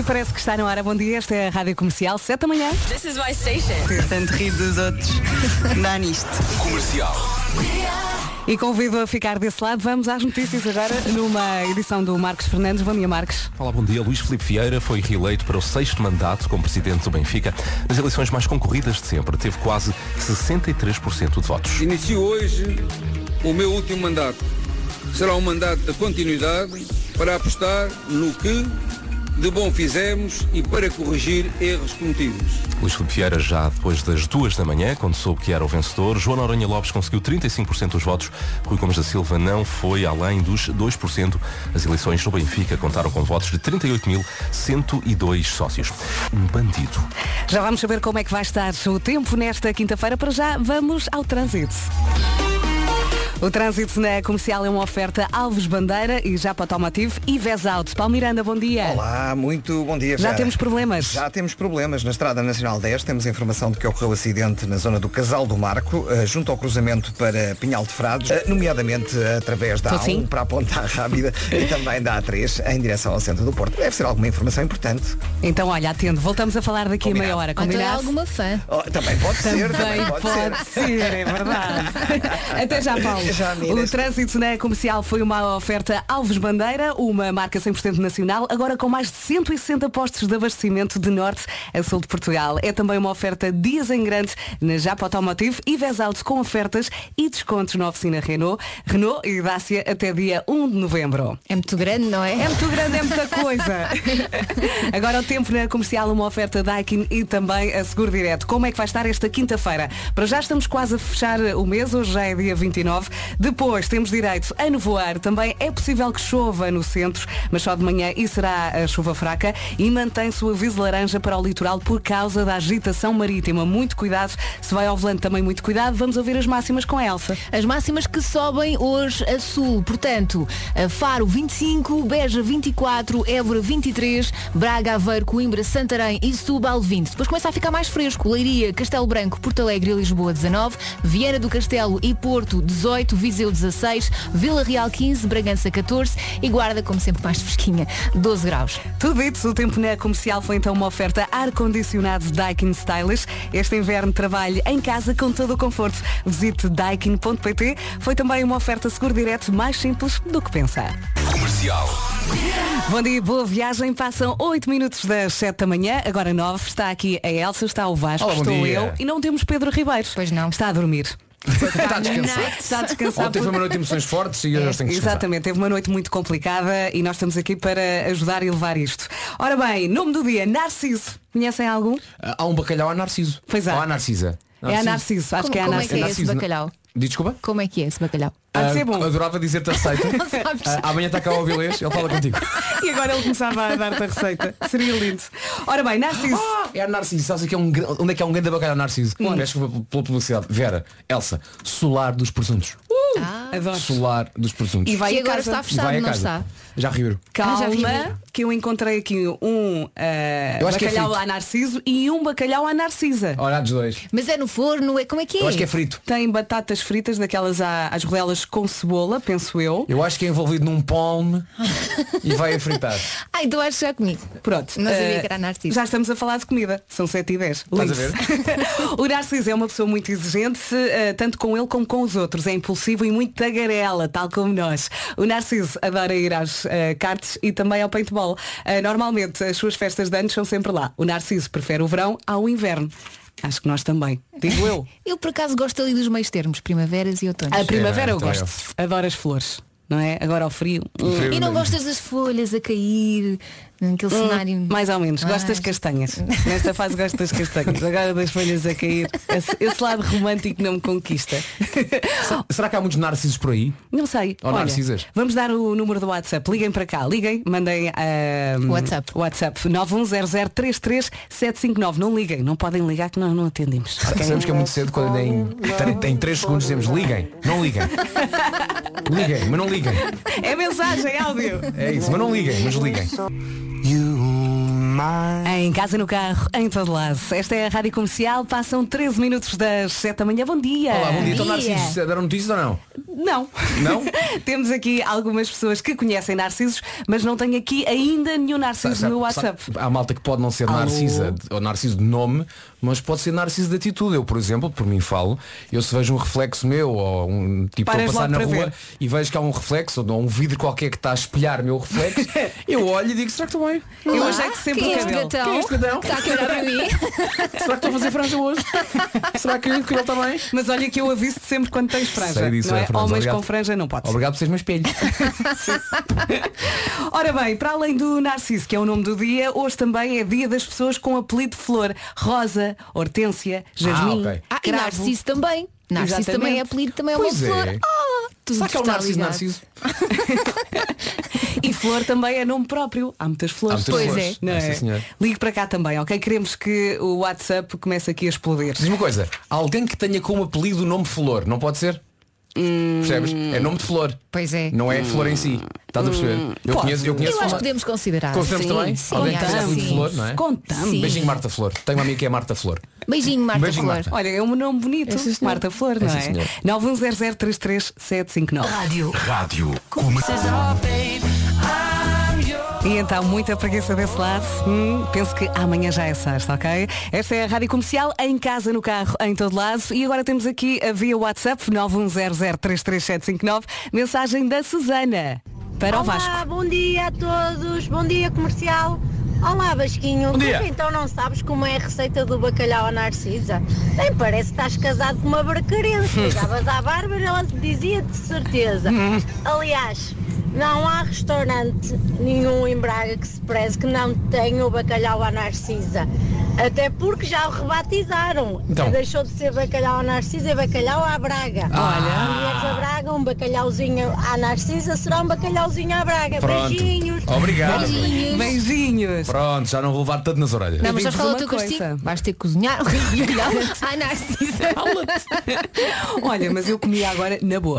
E parece que está na hora. Bom dia, esta é a Rádio Comercial, 7 da manhã. This is my station. Tanto rir dos outros. Dá nisto. Comercial. E convido a ficar desse lado. Vamos às notícias agora, numa edição do Marcos Fernandes. Bom dia, Marcos. Olá, bom dia. Luís Filipe Vieira foi reeleito para o 6º mandato como presidente do Benfica nas eleições mais concorridas de sempre. Teve quase 63% de votos. Inicio hoje o meu último mandato. Será um mandato de continuidade para apostar no que de bom fizemos e para corrigir erros cometidos. Luís Filipe Vieira, já depois das 2 da manhã, quando soube que era o vencedor, João Noronha Lopes conseguiu 35% dos votos. Rui Gomes da Silva não foi além dos 2%. As eleições no Benfica contaram com votos de 38.102 sócios. Um bandido. Já vamos saber como é que vai estar o tempo nesta quinta-feira. Para já, vamos ao trânsito. O trânsito na Comercial é uma oferta Alves Bandeira e Japa Automotive e Vesalto. Paulo Miranda, bom dia. Olá, muito bom dia. Já temos problemas? Já temos problemas. Na Estrada Nacional 10 temos a informação de que ocorreu acidente na zona do Casal do Marco, junto ao cruzamento para Pinhal de Frades, nomeadamente através da A1 para a Ponta Rábida e também da A3 em direção ao centro do Porto. Deve ser alguma informação importante. Então, olha, atendo. Voltamos a falar daqui a meia hora. Combinado? Combinado? Alguma fã. Também pode ser. Também pode ser, é verdade. Até já, Paulo. O trânsito na Comercial foi uma oferta Alves Bandeira, uma marca 100% nacional, agora com mais de 160 postos de abastecimento de norte a sul de Portugal. É também uma oferta Dias em Grande na Japa Automotive e Vesalto com ofertas e descontos na oficina Renault e Dacia até dia 1 de novembro. É muito grande, não é? É muito grande, é muita coisa. Agora o tempo na Comercial, uma oferta Daikin e também a Seguro Direto. Como é que vai estar esta quinta-feira? Para já estamos quase a fechar o mês, hoje já é dia 29. Depois temos direito a nevoar. Também é possível que chova no centro, mas só de manhã e será a chuva fraca. E mantém-se o aviso laranja para o litoral por causa da agitação marítima. Muito cuidado. Se vai ao volante também muito cuidado. Vamos ouvir as máximas com a Elsa. As máximas que sobem hoje a sul. Portanto, Faro 25, Beja 24, Évora 23, Braga, Aveiro, Coimbra, Santarém e Setúbal 20. Depois começa a ficar mais fresco. Leiria, Castelo Branco, Porto Alegre e Lisboa 19, Viana do Castelo e Porto 18, Viseu 16, Vila Real 15, Bragança 14 e Guarda, como sempre, mais fresquinha, 12 graus. Tudo isso, o tempo na Comercial foi então uma oferta ar-condicionado Daikin Stylish. Este inverno trabalhe em casa com todo o conforto. Visite daikin.pt. Foi também uma oferta Seguro Direto mais simples do que pensar. Comercial. Bom dia, boa viagem. Passam 8 minutos das 7 da manhã, agora 9. Está aqui a Elsa, está o Vasco, Olá, bom estou dia. eu e não temos Pedro Ribeiro. Pois não. Está a dormir. Está a descansar. Está a descansar. Ontem foi uma noite de emoções fortes e hoje tenho que descansar. Exatamente, teve uma noite muito complicada e nós estamos aqui para ajudar e levar isto. Ora bem, nome do dia, Narciso. Conhecem algum? Há um bacalhau a Narciso. Pois é. Ou a Narcisa. É a Narciso, acho que é a Como é que Narciso. é esse bacalhau? Desculpa? Como é que é esse bacalhau? Há de ser bom. Adorava dizer-te a receita. sabes. Amanhã está cá o Avilés, ele fala contigo. E agora ele começava a dar-te a receita. Seria lindo. Ora bem, Narciso. É a Narciso, sabes que é onde é que é um grande bacalhau Narciso? Peço desculpa pela publicidade. Vera, Elsa, solar dos presuntos. Adoro. Solar dos presuntos. E vai Que a agora casa. está E fechado, vai a não casa. está? Já riram. Calma, já vi. que eu encontrei aqui um Eu acho que é bacalhau frito. à Narciso e um bacalhau à Narcisa. Olha, dos dois. Mas é no forno, é como é que é? Eu acho que é frito. Tem batatas fritas, daquelas às rodelas com cebola, penso eu. Eu acho que é envolvido num palme e vai a fritar. Ai, tu achas já comigo? Pronto. Não sabia que era Narciso. Já estamos a falar de comida. São 7h10. Estás a Lindo. O Narciso é uma pessoa muito exigente, tanto com ele como com os outros. É impulsivo e muito tagarela, tal como nós. O Narciso adora ir às karts e também ao paintball. Normalmente as suas festas de anos são sempre lá. O Narciso prefere o verão ao inverno. Acho que nós também. Digo eu. Eu por acaso gosto ali dos meios termos, primaveras e outonos. A primavera eu também gosto. Adoro as flores. Não é? Agora ao frio. E não gostas das folhas a cair, naquele cenário. Mais ou menos. Gosto das Ai. castanhas. Nesta fase gosto das castanhas. Agora das folhas a cair. Esse lado romântico não me conquista. Será que há muitos narcisos por aí? Não sei. Ou narcisas? Vamos dar o número do WhatsApp. Liguem para cá. Liguem. Mandem WhatsApp 910033759. Não liguem. Não podem ligar que nós não atendemos. Ok? Sabemos que é muito cedo quando em 3 segundos dizemos liguem, não liguem. Liguem, mas não liguem. É mensagem, áudio. É isso, mas não liguem, mas liguem. Em casa, no carro, em todo lado. Esta é a Rádio Comercial, passam 13 minutos das 7 da manhã. Bom dia. Olá, bom dia. Então, Narcisos, deram notícias ou não? Não. Não? Temos aqui algumas pessoas que conhecem Narcisos, mas não tenho aqui ainda nenhum Narciso no WhatsApp. Há malta que pode não ser Narcisa ou Narciso de nome, mas pode ser Narciso de atitude. Eu, por exemplo, por mim falo, eu se vejo um reflexo meu ou um tipo a passar na rua e vejo que há um reflexo ou um vidro qualquer que está a espelhar meu reflexo, eu olho e digo, será que estou bem? Eu ajeito sempre o cabelo. Quem é este gatão? Está aqui a olhar para mim. Será que estou a fazer franja hoje? Será que ele está bem? Mas olha que eu aviso-te sempre quando tens franja. Sei disso, não é? Homens obrigado. com franja não pode. Obrigado por seres meu espelho. Ora bem, para além do Narciso, que é o nome do dia, hoje também é dia das pessoas com apelido de flor. Rosa, Hortência, Jasmim, ok. E Cravo. Narciso também. Narciso Exatamente. também é apelido, também é uma Pois é. flor. Tudo Será que é o está Narciso ligado. Narciso? E flor também é nome próprio. Há muitas flores. Há muitas Pois flores. Não Ah, é? sim, senhor. Ligue para cá também, ok? Queremos que o WhatsApp comece aqui a explodir. Diz-me uma coisa, alguém que tenha como apelido o nome Flor, não pode ser? Percebes? É nome de flor. Pois é. Não é flor em si. Estás a perceber? Eu conheço Eu acho uma- que podemos considerar. Consideramos também? Sim, Alguém que tenha acho apelido de sim. Flor, não é? Contamos. Sim. Beijinho Marta Flor. Tenho uma amiga que é Marta Flor. Beijinho, Marta Beijinho, Flor. Marta. Olha, é um nome bonito. É, sim, senhor. Marta Flor, não É, sim, é? senhor. 910033759. Rádio Comercial. E então, muita preguiça desse lado. Penso que amanhã já é sexta, ok? Esta é a Rádio Comercial, em casa, no carro, em todo lado. E agora temos aqui a via WhatsApp 910033759. Mensagem da Susana para o Vasco. Olá, bom dia a todos, bom dia comercial. Olá Vasquinho, Bom dia. tu então não sabes como é a receita do bacalhau à Narcisa? Nem parece que estás casado com uma barcarense. Ligavas à Bárbara e ela te dizia de certeza. Aliás, não há restaurante nenhum em Braga que se preze que não tenha o bacalhau à Narcisa. Até porque já o rebatizaram. Então. Deixou de ser bacalhau à Narcisa e bacalhau à Braga. Olha. Mulheres a Braga, um bacalhauzinho à Narcisa será um bacalhauzinho à Braga. Pronto. Beijinhos. Obrigado. Beijinhos. Pronto, já não vou levar tanto nas orelhas. Não, mas digo-vos sabes qual é o uma teu coisa. castigo? Vais ter que cozinhar. Ai, Narcisa. Olha, mas eu comia agora na boa.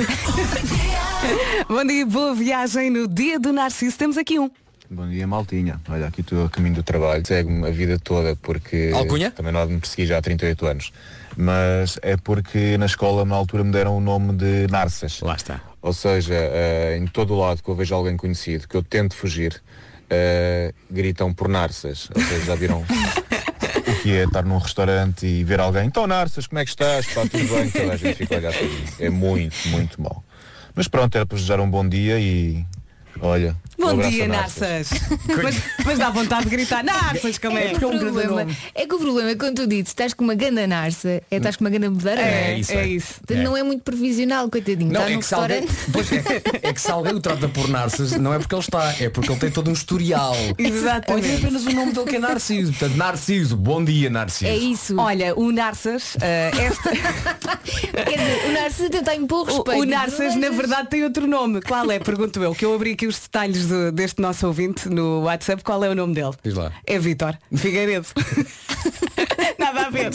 Bom dia, boa viagem no dia do Narciso. Temos aqui um. Bom dia, maltinha. Olha, aqui estou a caminho do trabalho. Segue-me a vida toda porque Alcunha? também não há de me perseguir já há 38 anos. Mas é porque na escola, na altura, me deram o nome de Narças. Lá está. Ou seja, em todo o lado que eu vejo alguém conhecido, que eu tento fugir, gritam por Narças. Ou seja, já viram o que é estar num restaurante e ver alguém, então Narças, como é que estás? Está tudo bem? Toda a gente fica a olhar para mim. É muito, muito mau. Mas pronto, era para desejar um bom dia e olha. um Bom abraço dia, a Narças. Narças. mas dá vontade de gritar Narças, como é? É que o problema é quando tu dizes estás com uma ganda narça, estás com uma ganda bedeira. É isso, é. isso. Portanto, não é muito previsível, coitadinho. Não, Está é num que, se alguém, restaurante. pois é que se alguém o trata por Narciso, não é porque ele está, é porque ele tem todo um historial. Exatamente. Ou então apenas o nome dele que é Narciso. Portanto, Narciso, bom dia, Narciso. É isso. Olha, o Narças, esta... Quer dizer, o Narciso tem impor respeito. o Narças na verdade tem outro nome. Qual é? Pergunto eu, que eu abri aqui os detalhes deste nosso ouvinte no WhatsApp. Qual é o nome dele? Diz lá. É Vítor Figueiredo. Nada a ver.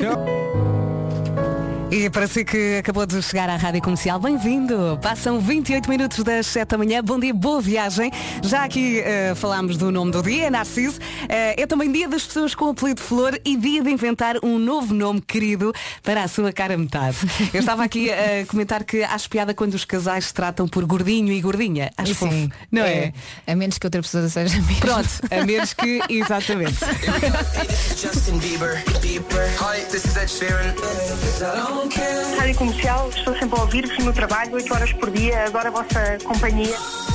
E para si que acabou de chegar à Rádio Comercial, bem-vindo! Passam 28 minutos das 7 da manhã, bom dia, boa viagem. Já aqui falámos do nome do dia, é Narciso. É também dia das pessoas com apelido de flor e dia de inventar um novo nome querido para a sua cara metade. Eu estava aqui a comentar que acho piada quando os casais se tratam por gordinho e gordinha. Acho fofo, não é? A menos que outra pessoa seja mesmo. Pronto, a menos que, exatamente. Rádio Comercial, estou sempre a ouvir-vos no trabalho, 8 horas por dia, adoro a vossa companhia.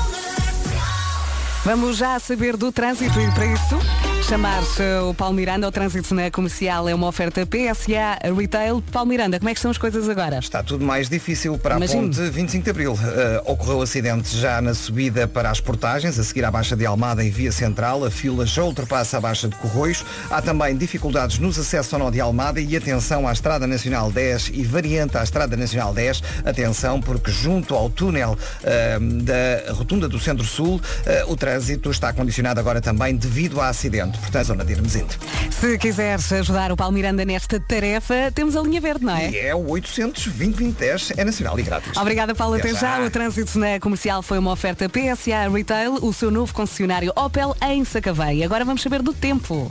Vamos já saber do trânsito e para isso chamar-se o Paulo Miranda. O trânsito na Comercial é uma oferta PSA Retail. Paulo Miranda, como é que estão as coisas agora? Está tudo mais difícil para Imagino. a ponte 25 de Abril. Ocorreu acidente já na subida para as portagens, a seguir à Baixa de Almada em via central. A fila já ultrapassa a Baixa de Corroios. Há também dificuldades nos acessos ao nó de Almada e atenção à Estrada Nacional 10 e variante à Estrada Nacional 10. Atenção porque junto ao túnel da Rotunda do Centro-Sul, o trânsito está condicionado agora também devido a acidente. portanto, zona de Hermesinde. Se quiseres ajudar o Paulo Miranda nesta tarefa, temos a linha verde, não é? E é o 800-2020-10, é nacional e grátis. Obrigada, Paulo. Até já. O trânsito na Comercial foi uma oferta PSA Retail, o seu novo concessionário Opel em Sacavém. Agora vamos saber do tempo.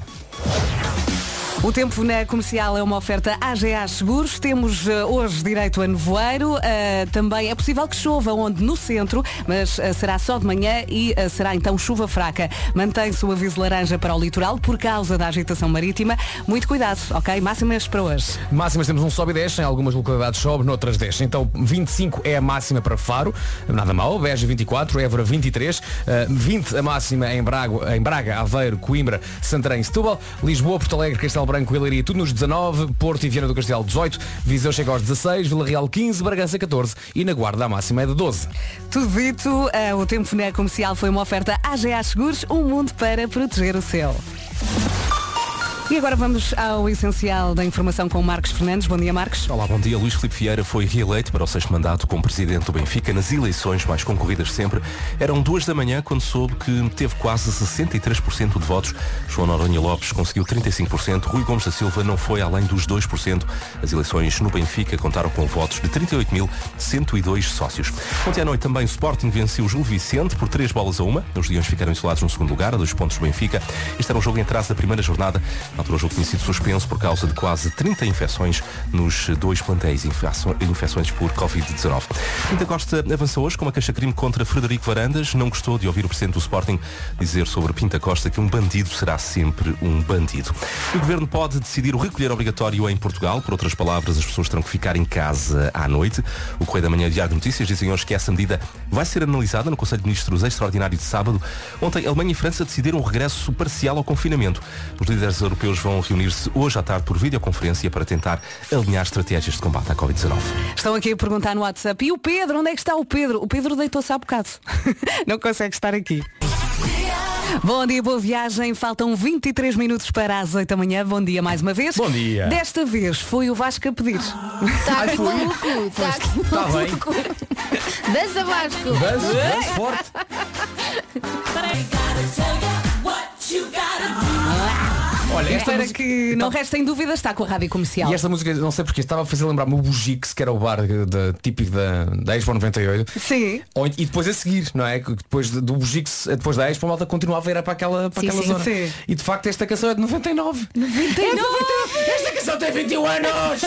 O tempo na Comercial é uma oferta AGA Seguros. Temos hoje direito a nevoeiro. Também é possível que chova onde? No centro, mas será só de manhã e será então chuva fraca. Mantém-se o aviso laranja para o litoral por causa da agitação marítima. Muito cuidado, ok? Máximas para hoje. Máximas temos um sobe e desce. Em algumas localidades sobe, noutras desce. Então 25 é a máxima para Faro. Nada mal. Beja 24, Évora 23. 20 a máxima em Braga, Aveiro, Coimbra, Santarém e Setúbal. Lisboa, Porto Alegre, Castelo Branco e Leiria, tudo nos 19, Porto e Viana do Castelo 18, Viseu chega aos 16, Vila Real 15, Bragança 14 e na Guarda a máxima é de 12. Tudo dito, o tempo na Comercial foi uma oferta AGA Seguros, um mundo para proteger o seu. E agora vamos ao essencial da informação com Marcos Fernandes. Bom dia, Marcos. Olá, bom dia. Luís Filipe Vieira foi reeleito para o 6º mandato como presidente do Benfica nas eleições mais concorridas sempre. Eram 2 da manhã quando soube que teve quase 63% de votos. João Noronha Lopes conseguiu 35%. Rui Gomes da Silva não foi além dos 2%. As eleições no Benfica contaram com votos de 38.102 sócios. Ontem à noite também o Sporting venceu o Gil Vicente por 3-1. Os Leões ficaram isolados no segundo lugar, a 2 pontos do Benfica. Este era um jogo em atraso da primeira jornada. Na altura o jogo tinha sido suspenso por causa de quase 30 infecções nos 2 plantéis, infecções por Covid-19. Pinta Costa avançou hoje com uma queixa-crime contra Frederico Varandas. Não gostou de ouvir o presidente do Sporting dizer sobre Pinta Costa que um bandido será sempre um bandido. O governo pode decidir o recolher obrigatório em Portugal. Por outras palavras, as pessoas terão que ficar em casa à noite. O Correio da Manhã e Diário de Notícias dizem hoje que essa medida vai ser analisada no Conselho de Ministros extraordinário de sábado. Ontem, Alemanha e França decidiram um regresso parcial ao confinamento. Os líderes europeus vão reunir-se hoje à tarde por videoconferência para tentar alinhar estratégias de combate à Covid-19. Estão aqui a perguntar no WhatsApp, e o Pedro? Onde é que está o Pedro? O Pedro deitou-se há bocado. Não consegue estar aqui. Bom dia, boa viagem. Faltam 23 minutos para as 8 da manhã. Bom dia mais uma vez. Bom dia. Desta vez foi o Vasco a pedir. Está maluco. Está bem. Dança, Vasco. Dança forte. Olha, esta música que não restem dúvidas, está com a Rádio Comercial. E esta música, não sei porque, estava a fazer lembrar-me o Bugix, que era o bar típico da Expo 98. Sim. E depois a seguir, não é? Depois do Bugix, depois da Expo, a malta continuava a ir para aquela zona. Sim. E de facto esta canção é de 99. 99? Esta canção tem 21 anos!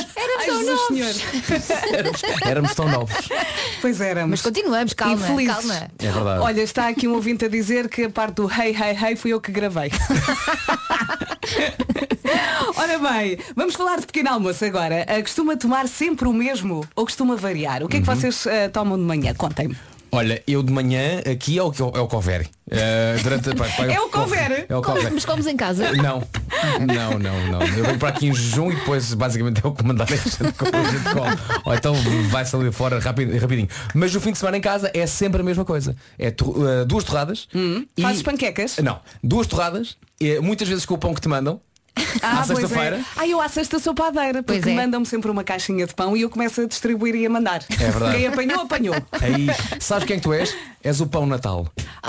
Éramos tão novos. Pois éramos. Mas continuamos, calma. É verdade. Olha, está aqui um ouvinte a dizer que a parte do hey, hey, hey fui eu que gravei. Ora bem, vamos falar de pequeno almoço agora. Costuma tomar sempre o mesmo ou costuma variar? O que é que vocês tomam de manhã? Contem-me. Olha, eu de manhã aqui é o Coveri. É o Coveri? É o Coveri. Mas comes em casa? Não. Eu venho para aqui em jejum e depois basicamente é o que mandar a gente come. Ou então vai-se ali fora rapidinho. Mas no fim de semana em casa é sempre a mesma coisa. É 2 torradas. Fazes panquecas? Não, 2 torradas. Muitas vezes com o pão que te mandam. À sexta-feira. Eu à sexta sou padeira, porque mandam-me sempre uma caixinha de pão e eu começo a distribuir e a mandar. É verdade. Quem apanhou, apanhou. Aí, sabes quem é que tu és? És o pão Natal.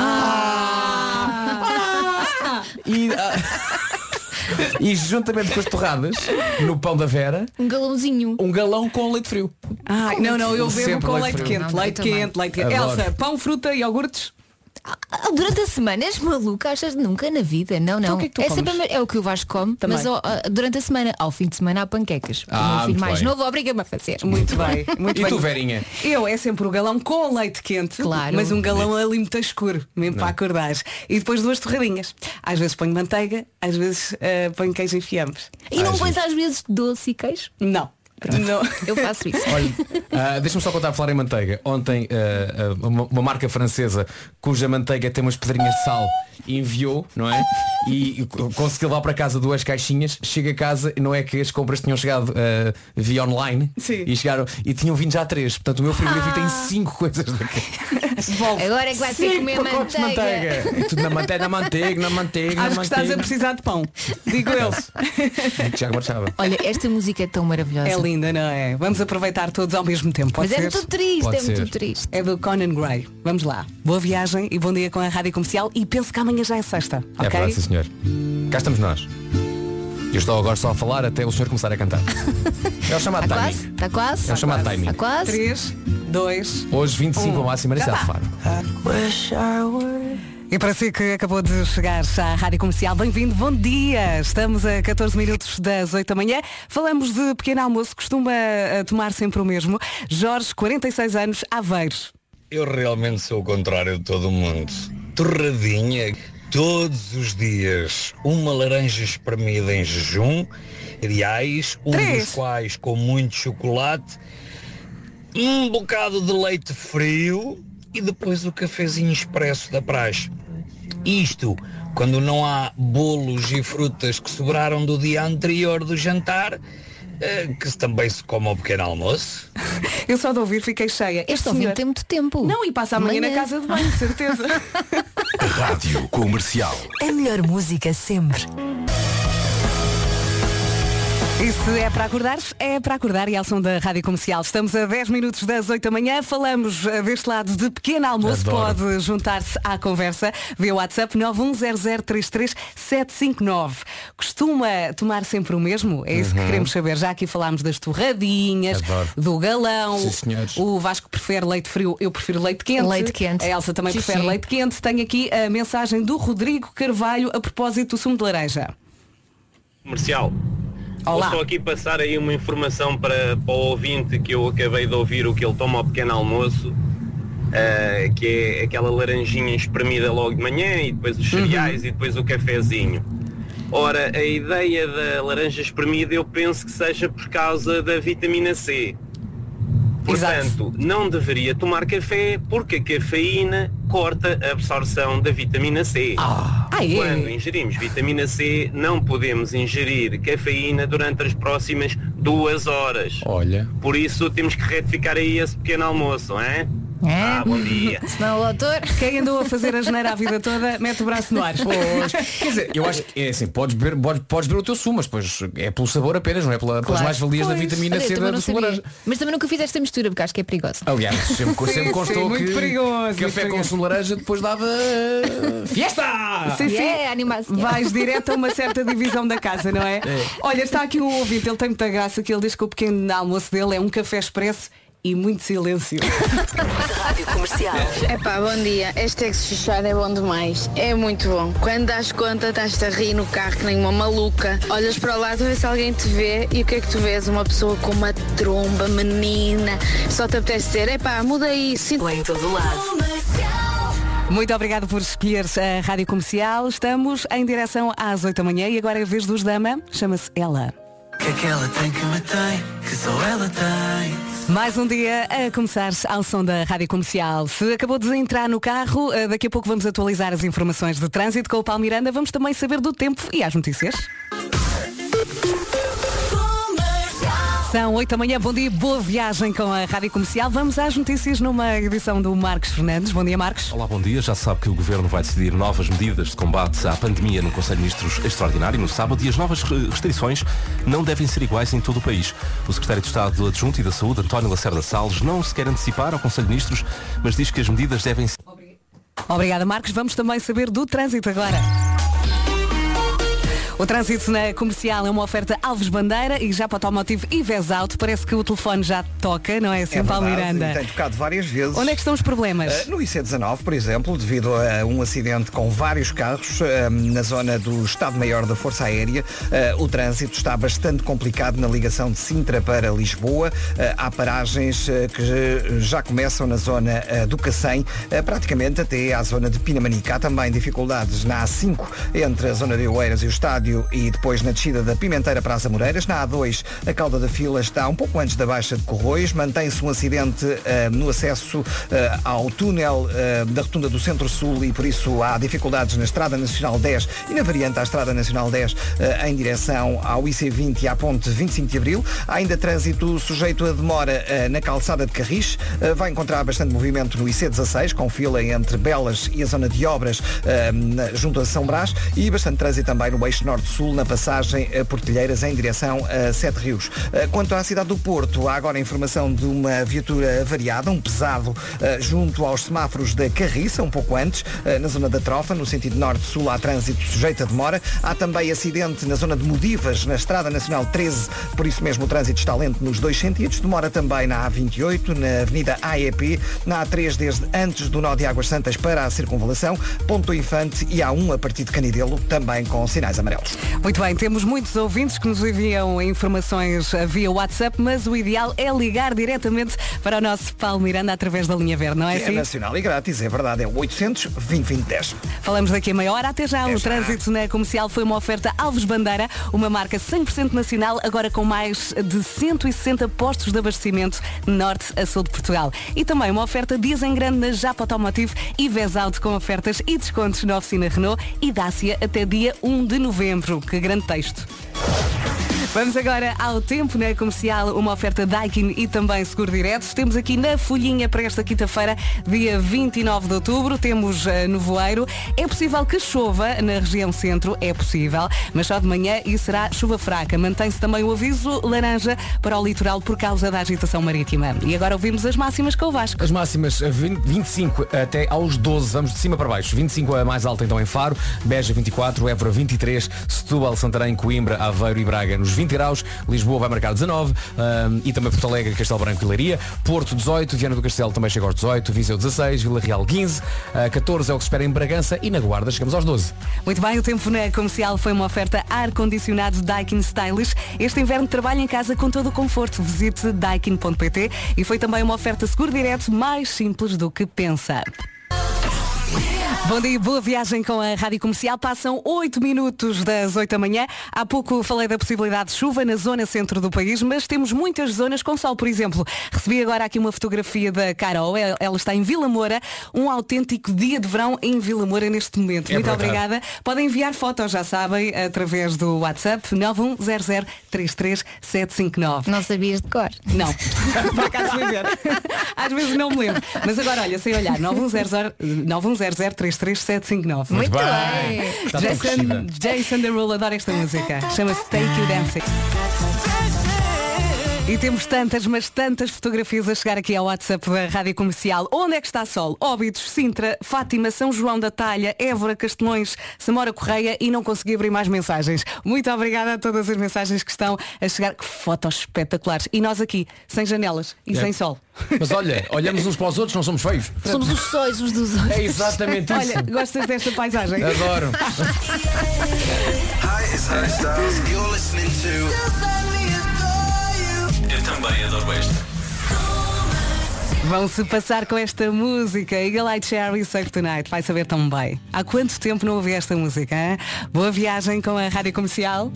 E juntamente com as torradas, no pão da Vera, um galãozinho. Um galão com leite frio. Não, eu bebo com leite quente. Leite quente. Elsa, pão, fruta e iogurtes? Durante a semana és maluca, achas nunca na vida? Não. Então, o que é que tu comes? Sempre é o que o Vasco come, também. Mas durante a semana, ao fim de semana há panquecas. O meu filho mais novo obriga-me a fazer. Muito bem. E tu, Verinha? Eu é sempre o galão com leite quente, claro, mas um galão ali muito escuro, mesmo para acordar. E depois 2 torradinhas. Às vezes ponho manteiga, às vezes ponho queijo em fiambres. E não pões às vezes doce e queijo? Não. Não. Eu faço isso. Olha, deixa-me só contar a falar em manteiga. Ontem uma marca francesa cuja manteiga tem umas pedrinhas de sal enviou, não é? E consegui levar para casa 2 caixinhas. Chega a casa e não é que as compras tinham chegado via online. Sim. E chegaram e tinham vindo já 3. Portanto o meu frigorífico tem 5 coisas daqui. Agora é que vai ter que comer pacotes de manteiga. É tudo na manteiga. Acho que estás a precisar de pão. Digo eu. Tiago Marchava. Olha, esta música é tão maravilhosa. É linda, não é? Vamos aproveitar todos ao mesmo tempo. Pode Mas ser? é muito triste, Pode é muito ser. triste. É do Conan Gray. Vamos lá. Boa viagem e bom dia com a Rádio Comercial. E penso que amanhã já é sexta. É Ok? verdade, sim, senhor. Cá estamos nós. Eu estou agora só a falar até o senhor começar a cantar. É o chamado Está timing. quase? Está quase? É o chamado timing. Está quase? 3, 2, Hoje 25 a máxima na cidade de Faro. E para si que acabou de chegar à Rádio Comercial, bem-vindo, bom dia! Estamos a 14 minutos das 8 da manhã. Falamos de pequeno almoço, costuma tomar sempre o mesmo. Jorge, 46 anos, Aveiros. Eu realmente sou o contrário de todo mundo. Torradinha, todos os dias. Uma laranja espremida em jejum, aliás, dos quais com muito chocolate, um bocado de leite frio e depois o cafezinho expresso da praxe. Isto quando não há bolos e frutas que sobraram do dia anterior do jantar, que também se come ao pequeno almoço. Eu só de ouvir fiquei cheia. Este ouvinte tem muito tempo. Não, e passa amanhã na casa de banho, certeza. Rádio Comercial. A melhor música sempre. E se é para acordar e ao som da Rádio Comercial. Estamos a 10 minutos das 8 da manhã. Falamos deste lado de pequeno almoço. Adoro. Pode juntar-se à conversa via WhatsApp 910033759. Costuma tomar sempre o mesmo? É isso que queremos saber. Já aqui falámos das torradinhas, Adoro. do galão. Sim, senhores. O Vasco prefere leite frio, eu prefiro leite quente. Leite quente. A Elsa também Sim, prefere sim. leite quente. Tenho aqui a mensagem do Rodrigo Carvalho a propósito do sumo de laranja. Comercial. Olá. Vou só aqui passar aí uma informação para o ouvinte que eu acabei de ouvir o que ele toma ao pequeno almoço, que é aquela laranjinha espremida logo de manhã e depois os cereais e depois o cafezinho. Ora, a ideia da laranja espremida eu penso que seja por causa da vitamina C. Portanto, não deveria tomar café porque a cafeína corta a absorção da vitamina C. Quando ingerimos vitamina C, não podemos ingerir cafeína durante as próximas 2 horas. Olha. Por isso temos que retificar aí esse pequeno almoço, é? Bom dia. Senão o autor. Quem andou a fazer a geneira a vida toda, mete o braço no ar. Pois. Quer dizer, eu acho que é assim, podes beber o teu sumo, mas depois é pelo sabor apenas, não é pelas mais-valias da vitamina C da sumo laranja. Mas também nunca fiz esta mistura porque acho que é perigosa. Aliás, sempre constou muito que perigoso, café muito com sumo laranja depois dava fiesta! Sim, sim. Animação. Vais direto a uma certa divisão da casa, não é? Olha, está aqui um ouvinte, ele tem muita graça, que ele diz que o pequeno almoço dele é um café expresso e muito silêncio. Rádio Comercial. Epá, bom dia. Este ex-fichado é bom demais. É muito bom. Quando das conta, estás-te a rir no carro que nem uma maluca. Olhas para o lado a ver se alguém te vê e o que é que tu vês? Uma pessoa com uma tromba, menina. Só te apetece dizer, epá, muda isso. Em todo lado. Muito obrigado por escolher a Rádio Comercial. Estamos em direção às 8 da manhã e agora é a vez dos Dama. Chama-se Ela. Que é que ela tem que me tem, que só ela tem. Mais um dia a começar ao som da Rádio Comercial. Se acabou de entrar no carro, daqui a pouco vamos atualizar as informações de trânsito com o Paulo Miranda. Vamos também saber do tempo e às notícias. São 8 da manhã, bom dia, boa viagem com a Rádio Comercial. Vamos às notícias numa edição do Marcos Fernandes. Bom dia, Marcos. Olá, bom dia. Já sabe que o Governo vai decidir novas medidas de combate à pandemia no Conselho de Ministros Extraordinário no sábado e as novas restrições não devem ser iguais em todo o país. O Secretário de Estado Adjunto e da Saúde, António Lacerda Salles, não se quer antecipar ao Conselho de Ministros, mas diz que as medidas devem ser... Obrigada, Marcos. Vamos também saber do trânsito agora. O trânsito na Comercial é uma oferta Alves Bandeira e já para o Automotive e Vesauto. Parece que o telefone já toca, não é assim, Paulo Miranda? Tem tocado várias vezes. Onde é que estão os problemas? No IC19, por exemplo, devido a um acidente com vários carros na zona do Estado-Maior da Força Aérea, o trânsito está bastante complicado na ligação de Sintra para Lisboa. Há paragens que já começam na zona do Cacém, praticamente até à zona de Pinamanica. Há também dificuldades na A5 entre a zona de Oeiras e o Estádio Estádio e depois na descida da Pimenteira para as Amoreiras. Na A2, a cauda da fila está um pouco antes da Baixa de Corroios. Mantém-se um acidente no acesso ao túnel da Rotunda do Centro-Sul e por isso há dificuldades na Estrada Nacional 10 e na variante à Estrada Nacional 10 em direção ao IC20 e à ponte 25 de Abril. Há ainda trânsito sujeito a demora na calçada de Carris. Vai encontrar bastante movimento no IC16, com fila entre Belas e a zona de obras junto a São Brás, e bastante trânsito também no eixo norte-sul, na passagem a Portilheiras em direção a Sete Rios. Quanto à cidade do Porto, há agora a informação de uma viatura avariada, um pesado, junto aos semáforos da Carriça, um pouco antes, na zona da Trofa, no sentido norte-sul, há trânsito sujeito a demora. Há também acidente na zona de Modivas, na Estrada Nacional 13, por isso mesmo o trânsito está lento nos dois sentidos. Demora também na A28, na Avenida AEP, na A3 desde antes do nó de Águas Santas para a Circunvalação, Ponto Infante e A1 a partir de Canidelo, também com sinais amarelos. Muito bem, temos muitos ouvintes que nos enviam informações via WhatsApp, mas o ideal é ligar diretamente para o nosso Paulo Miranda através da linha verde, não é assim? É nacional e grátis, é verdade, é o 800-2020-10. Falamos daqui a meia hora, até já. O trânsito na Comercial foi uma oferta Alves Bandeira, uma marca 100% nacional, agora com mais de 160 postos de abastecimento norte a sul de Portugal. E também uma oferta Dias em Grande na Japa Automotive e Vesauto, com ofertas e descontos na oficina Renault e Dacia até dia 1 de novembro. Que grande texto. Vamos agora ao tempo na Comercial, uma oferta Daikin e também Seguro Direto. Temos aqui na folhinha para esta quinta-feira, dia 29 de outubro, temos nevoeiro. É possível que chova na região centro, é possível, mas só de manhã e será chuva fraca. Mantém-se também o aviso laranja para o litoral por causa da agitação marítima. E agora ouvimos as máximas com o Vasco. As máximas 25 até aos 12, vamos de cima para baixo. 25 a mais alta então em Faro, Beja 24, Évora 23, Setúbal, Santarém, Coimbra, Aveiro e Braga nos 20 graus, Lisboa vai marcar 19 e também Porto Alegre, Castelo Branco e Leiria, Porto 18, Viana do Castelo também chega aos 18, Viseu 16, Vila Real 15, 14 é o que se espera em Bragança e na Guarda chegamos aos 12. Muito bem, o tempo na Comercial foi uma oferta ar-condicionado Daikin Stylish. Este inverno trabalha em casa com todo o conforto. Visite daikin.pt e foi também uma oferta Seguro Direto, mais simples do que pensa. Bom dia, boa viagem com a Rádio Comercial. Passam 8 minutos das 8 da manhã. Há pouco falei da possibilidade de chuva na zona centro do país, mas temos muitas zonas com sol. Por exemplo, recebi agora aqui uma fotografia da Carol. Ela está em Vila Moura, um autêntico dia de verão em Vila Moura neste momento. Muito obrigada. Podem enviar fotos, já sabem, através do WhatsApp 910033759. Não sabias de cor? Não. Por acaso fui ver. Às vezes não me lembro. Mas agora, olha, sem olhar, 910033759. Muito bem. Jason Derulo, adora esta música. Chama-se Take You Dancing. E temos tantas, mas tantas fotografias a chegar aqui ao WhatsApp da Rádio Comercial. Onde é que está sol? Óbidos, Sintra, Fátima, São João da Talha, Évora, Castelões, Samora Correia, e não consegui abrir mais mensagens. Muito obrigada a todas as mensagens que estão a chegar. Que fotos espetaculares. E nós aqui, sem janelas e sem sol. Mas olha, olhamos uns para os outros, não somos feios. Somos os sóis uns dos outros. É exatamente isso. Olha, gostas desta paisagem? Adoro. Hi, it's Harry Styles. You're listening to... Eu também adoro esta. Vão-se passar com esta música. Eagle Eye Cherry, Save Tonight. Vai saber tão bem. Há quanto tempo não ouvi esta música, hein? Boa viagem com a Rádio Comercial.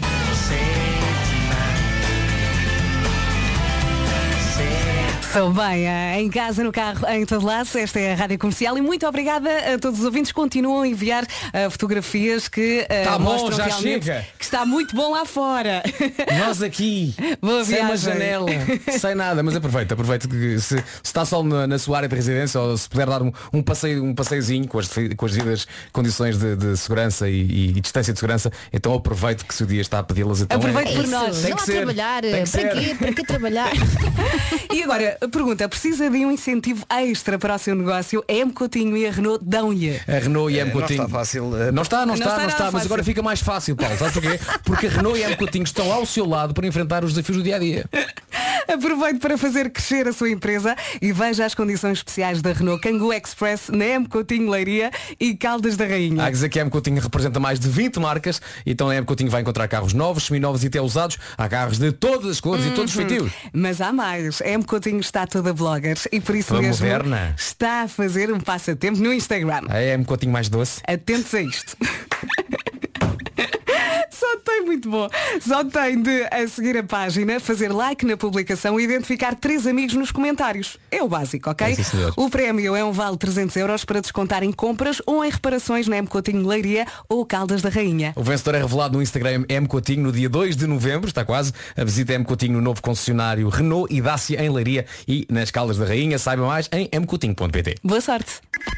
Sou bem, em casa, no carro, em todo lado. Esta é a Rádio Comercial e muito obrigada a todos os ouvintes. Continuam a enviar fotografias que mostram já realmente chega. Que está muito bom lá fora. Nós aqui, Boa sem viagem. uma janela, sem nada, mas aproveita que se está sol na sua área de residência, ou se puder dar um passeiozinho com as devidas condições de segurança e distância de segurança, então aproveite que se o dia está a pedi-las. Então Aproveite por nós. Não há trabalhar. Para que trabalhar? E agora, pergunta, precisa de um incentivo extra para o seu negócio? A M Coutinho e a Renault dão-lhe. A Renault e a M Não Coutinho. está fácil. Não está, nada mas fácil. agora fica mais fácil, Paulo. Sabes porquê? Porque a Renault e a M Coutinho estão ao seu lado para enfrentar os desafios do dia a dia. Aproveite para fazer crescer a sua empresa e veja as condições especiais da Renault Kangoo Express na M Coutinho Leiria e Caldas da Rainha. Há que dizer que a M Coutinho representa mais de 20 marcas, então a M Coutinho vai encontrar carros novos, seminovos e até usados. Há carros de todas as cores e todos os feitios. Mas há mais. A M Coutinho está toda bloggers e por isso Toda mesmo moderna. está a fazer um passatempo no Instagram. A M Coutinho mais doce. Atentos a isto. Só Muito bom. Só tem de a seguir a página, fazer like na publicação e identificar 3 amigos nos comentários. É o básico, ok? Sim, senhor. O prémio é um vale de 300 euros para descontar em compras ou em reparações na M Coutinho Leiria ou Caldas da Rainha. O vencedor é revelado no Instagram M Coutinho no dia 2 de novembro, está quase. A visita M Coutinho no novo concessionário Renault e Dacia em Leiria e nas Caldas da Rainha. Saiba mais em mcoutinho.pt. Boa sorte.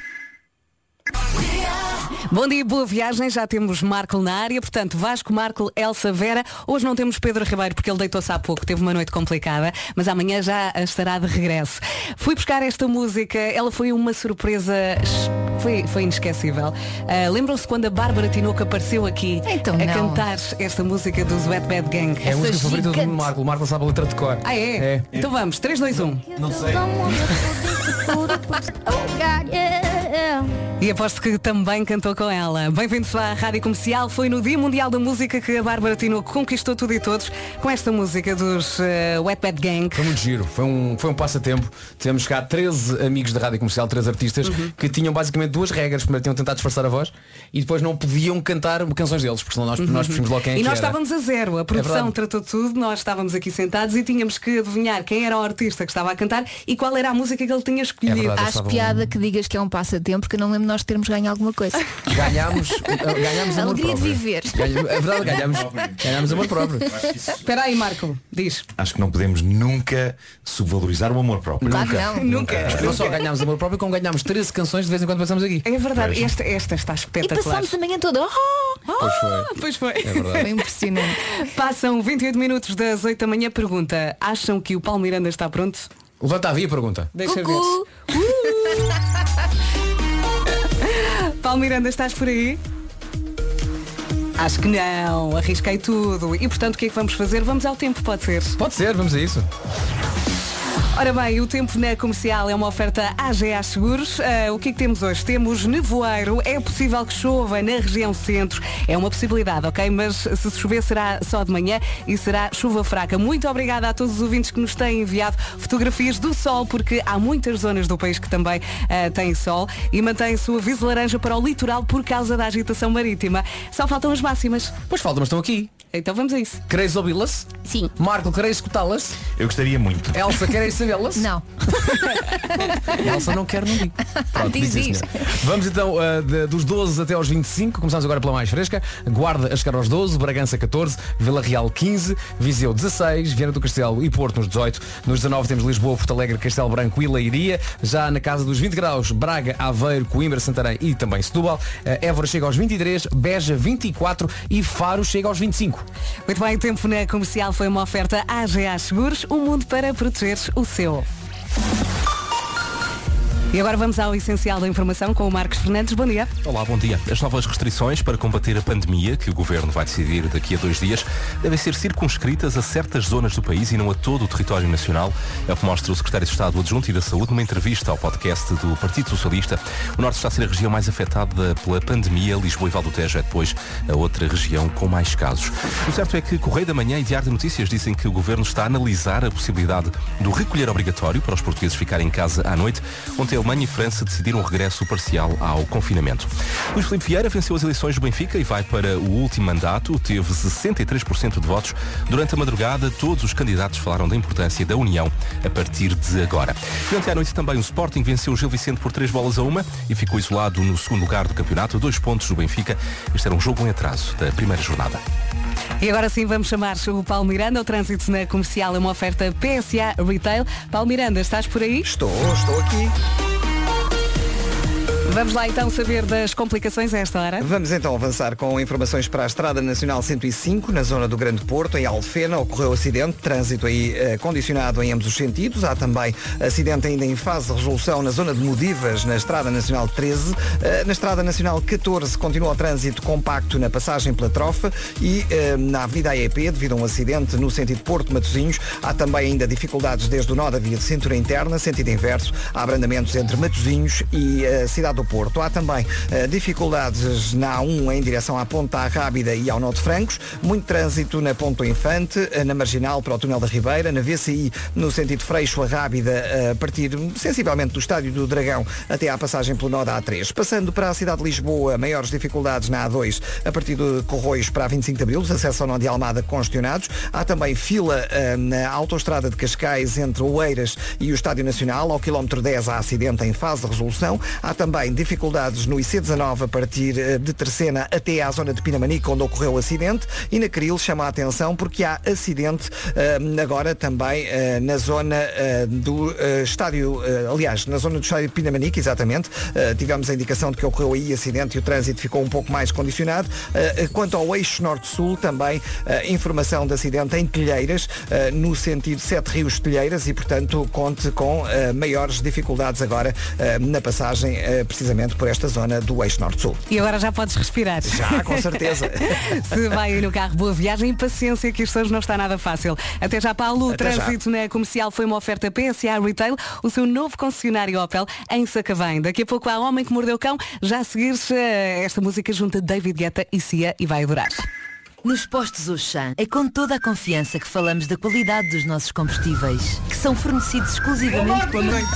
Bom dia, boa viagem, já temos Marco na área, portanto Vasco, Marco, Elsa, Vera. Hoje não temos Pedro Ribeiro porque ele deitou-se há pouco, teve uma noite complicada, mas amanhã já estará de regresso. Fui buscar esta música, ela foi uma surpresa, foi inesquecível. Lembram-se quando a Bárbara Tinoco apareceu aqui a cantar esta música dos Wet Bad Gang? É a música favorita do Marco, o Marco sabe a letra de cor. Ah, é? Então vamos, 3, 2, 1. Não sei. E aposto que também cantou com ela. Bem-vindos à Rádio Comercial. Foi no Dia Mundial da Música que a Bárbara Tinoco conquistou tudo e todos com esta música dos Wet Bad Gang. Foi muito giro, foi um passatempo. Tivemos cá 13 amigos da Rádio Comercial, 3 artistas, que tinham basicamente 2 regras. Primeiro tinham tentado disfarçar a voz e depois não podiam cantar canções deles, porque senão nós percebemos logo quem é que era. E nós era. estávamos a zero, a produção tratou tudo, nós estávamos aqui sentados e tínhamos que adivinhar quem era o artista que estava a cantar e qual era a música que ele tinha escolhido. Verdade, acho piada que digas que é um passatempo, porque não lembro nós termos ganho alguma coisa. Ganhámos amor Alegria próprio. de viver. É verdade, ganhámos amor próprio. Espera aí, Marco, diz. Acho que não podemos nunca subvalorizar o amor próprio. Claro, Nunca. Não só ganhámos amor próprio, como ganhámos 13 canções de vez em quando passamos aqui. É verdade, esta está E espetacular. passámos a manhã toda. Pois foi. É verdade. Foi impressionante. Passam 28 minutos das 8 da manhã. Pergunta, acham que o Paulo Miranda está pronto? Levanta a via, pergunta. Deixa Cucu. ver. Paulo Miranda, estás por aí? Acho que não, arrisquei tudo. E portanto o que é que vamos fazer? Vamos ao tempo, pode ser? Pode ser, vamos a isso. Ora bem, o tempo na comercial é uma oferta AGA Seguros. O que é que temos hoje? Temos nevoeiro, é possível que chova na região centro, é uma possibilidade, ok? Mas se chover será só de manhã e será chuva fraca. Muito obrigada a todos os ouvintes que nos têm enviado fotografias do sol, porque há muitas zonas do país que também têm sol e mantém-se o aviso laranja para o litoral por causa da agitação marítima. Só faltam as máximas. Pois falta, mas estão aqui. Então vamos a isso. Quereis ouvi-las? Sim. Marco, quereis escutá-las? Eu gostaria muito. Elsa, quereis sabê-las? Não. Elsa não quer, não digo. Pronto, Diz disse isso. senhor. Vamos então dos 12 até aos 25. Começamos agora pela mais fresca. Guarda a chegar aos 12, Bragança 14, Vila Real 15, Viseu 16, Viana do Castelo e Porto nos 18. Nos 19 temos Lisboa, Porto Alegre, Castelo Branco e Leiria. Já na casa dos 20 graus, Braga, Aveiro, Coimbra, Santarém e também Setúbal. Évora chega aos 23, Beja 24 e Faro chega aos 25. Muito bem, o tempo na comercial foi uma oferta AGA Seguros, um mundo para proteger o seu. E agora vamos ao essencial da informação com o Marcos Fernandes. Bom dia. Olá, bom dia. As novas restrições para combater a pandemia, que o Governo vai decidir daqui a 2 dias, devem ser circunscritas a certas zonas do país e não a todo o território nacional. É o que mostra o Secretário de Estado Adjunto e da Saúde numa entrevista ao podcast do Partido Socialista. O Norte está a ser a região mais afetada pela pandemia. Lisboa e Val do Tejo é depois a outra região com mais casos. O certo é que Correio da Manhã e Diário de Notícias dizem que o Governo está a analisar a possibilidade do recolher obrigatório para os portugueses ficarem em casa à noite. Ontem Alemanha e França decidiram um regresso parcial ao confinamento. Luís Filipe Vieira venceu as eleições do Benfica e vai para o último mandato. Teve 63% de votos. Durante a madrugada, todos os candidatos falaram da importância da união a partir de agora. Durante a noite também o Sporting venceu o Gil Vicente por 3-1 e ficou isolado no segundo lugar do campeonato, 2 pontos do Benfica. Este era um jogo em atraso da primeira jornada. E agora sim vamos chamar o Paulo Miranda. O trânsito na comercial é uma oferta PSA Retail. Paulo Miranda, estás por aí? Estou aqui. Vamos lá então saber das complicações a esta hora. Vamos então avançar com informações para a Estrada Nacional 105, na zona do Grande Porto, em Alfena. Ocorreu acidente, trânsito aí condicionado em ambos os sentidos. Há também acidente ainda em fase de resolução na zona de Modivas, na Estrada Nacional 13. Na Estrada Nacional 14 continua o trânsito compacto na passagem pela Trofa e na Avenida AEP, devido a um acidente no sentido Porto-Matosinhos. Há também ainda dificuldades desde o nó da via de cintura interna, sentido inverso. Há abrandamentos entre Matosinhos e a cidade do Porto. Há também dificuldades na A1 em direção à Ponta Rábida e ao Nó de Francos. Muito trânsito na Ponta Infante, na Marginal para o Túnel da Ribeira, na VCI no sentido Freixo a Rábida, a partir sensivelmente do Estádio do Dragão até à passagem pelo nó da A3. Passando para a cidade de Lisboa, maiores dificuldades na A2 a partir de Corroios para a 25 de Abril, os acessos ao nó de Almada congestionados. Há também fila na autoestrada de Cascais entre Oeiras e o Estádio Nacional. Ao quilómetro 10 há acidente em fase de resolução. Há também dificuldades no IC19 a partir de Terceira até à zona de Pinamanique, onde ocorreu o acidente. E na Cril chama a atenção porque há acidente agora também na zona do estádio, aliás, na zona do estádio de Pinamanique, exatamente. Tivemos a indicação de que ocorreu aí acidente e o trânsito ficou um pouco mais condicionado. Quanto ao eixo norte-sul, também informação de acidente em Telheiras, no sentido Sete Rios-Telheiras, e portanto conte com maiores dificuldades agora na passagem precisamente por esta zona do eixo norte-sul. E agora já podes respirar. Já, com certeza. Se vai aí no carro, boa viagem e paciência, que isto hoje não está nada fácil. Até já, Paulo. O trânsito na Comercial foi uma oferta PSA Retail, o seu novo concessionário Opel em Sacavém. Daqui a pouco há Homem que Mordeu o Cão. Já a seguir-se esta música junto a David Guetta e Cia, e vai adorar. Nos postos Auchan é com toda a confiança que falamos da qualidade dos nossos combustíveis, que são fornecidos exclusivamente pela noite.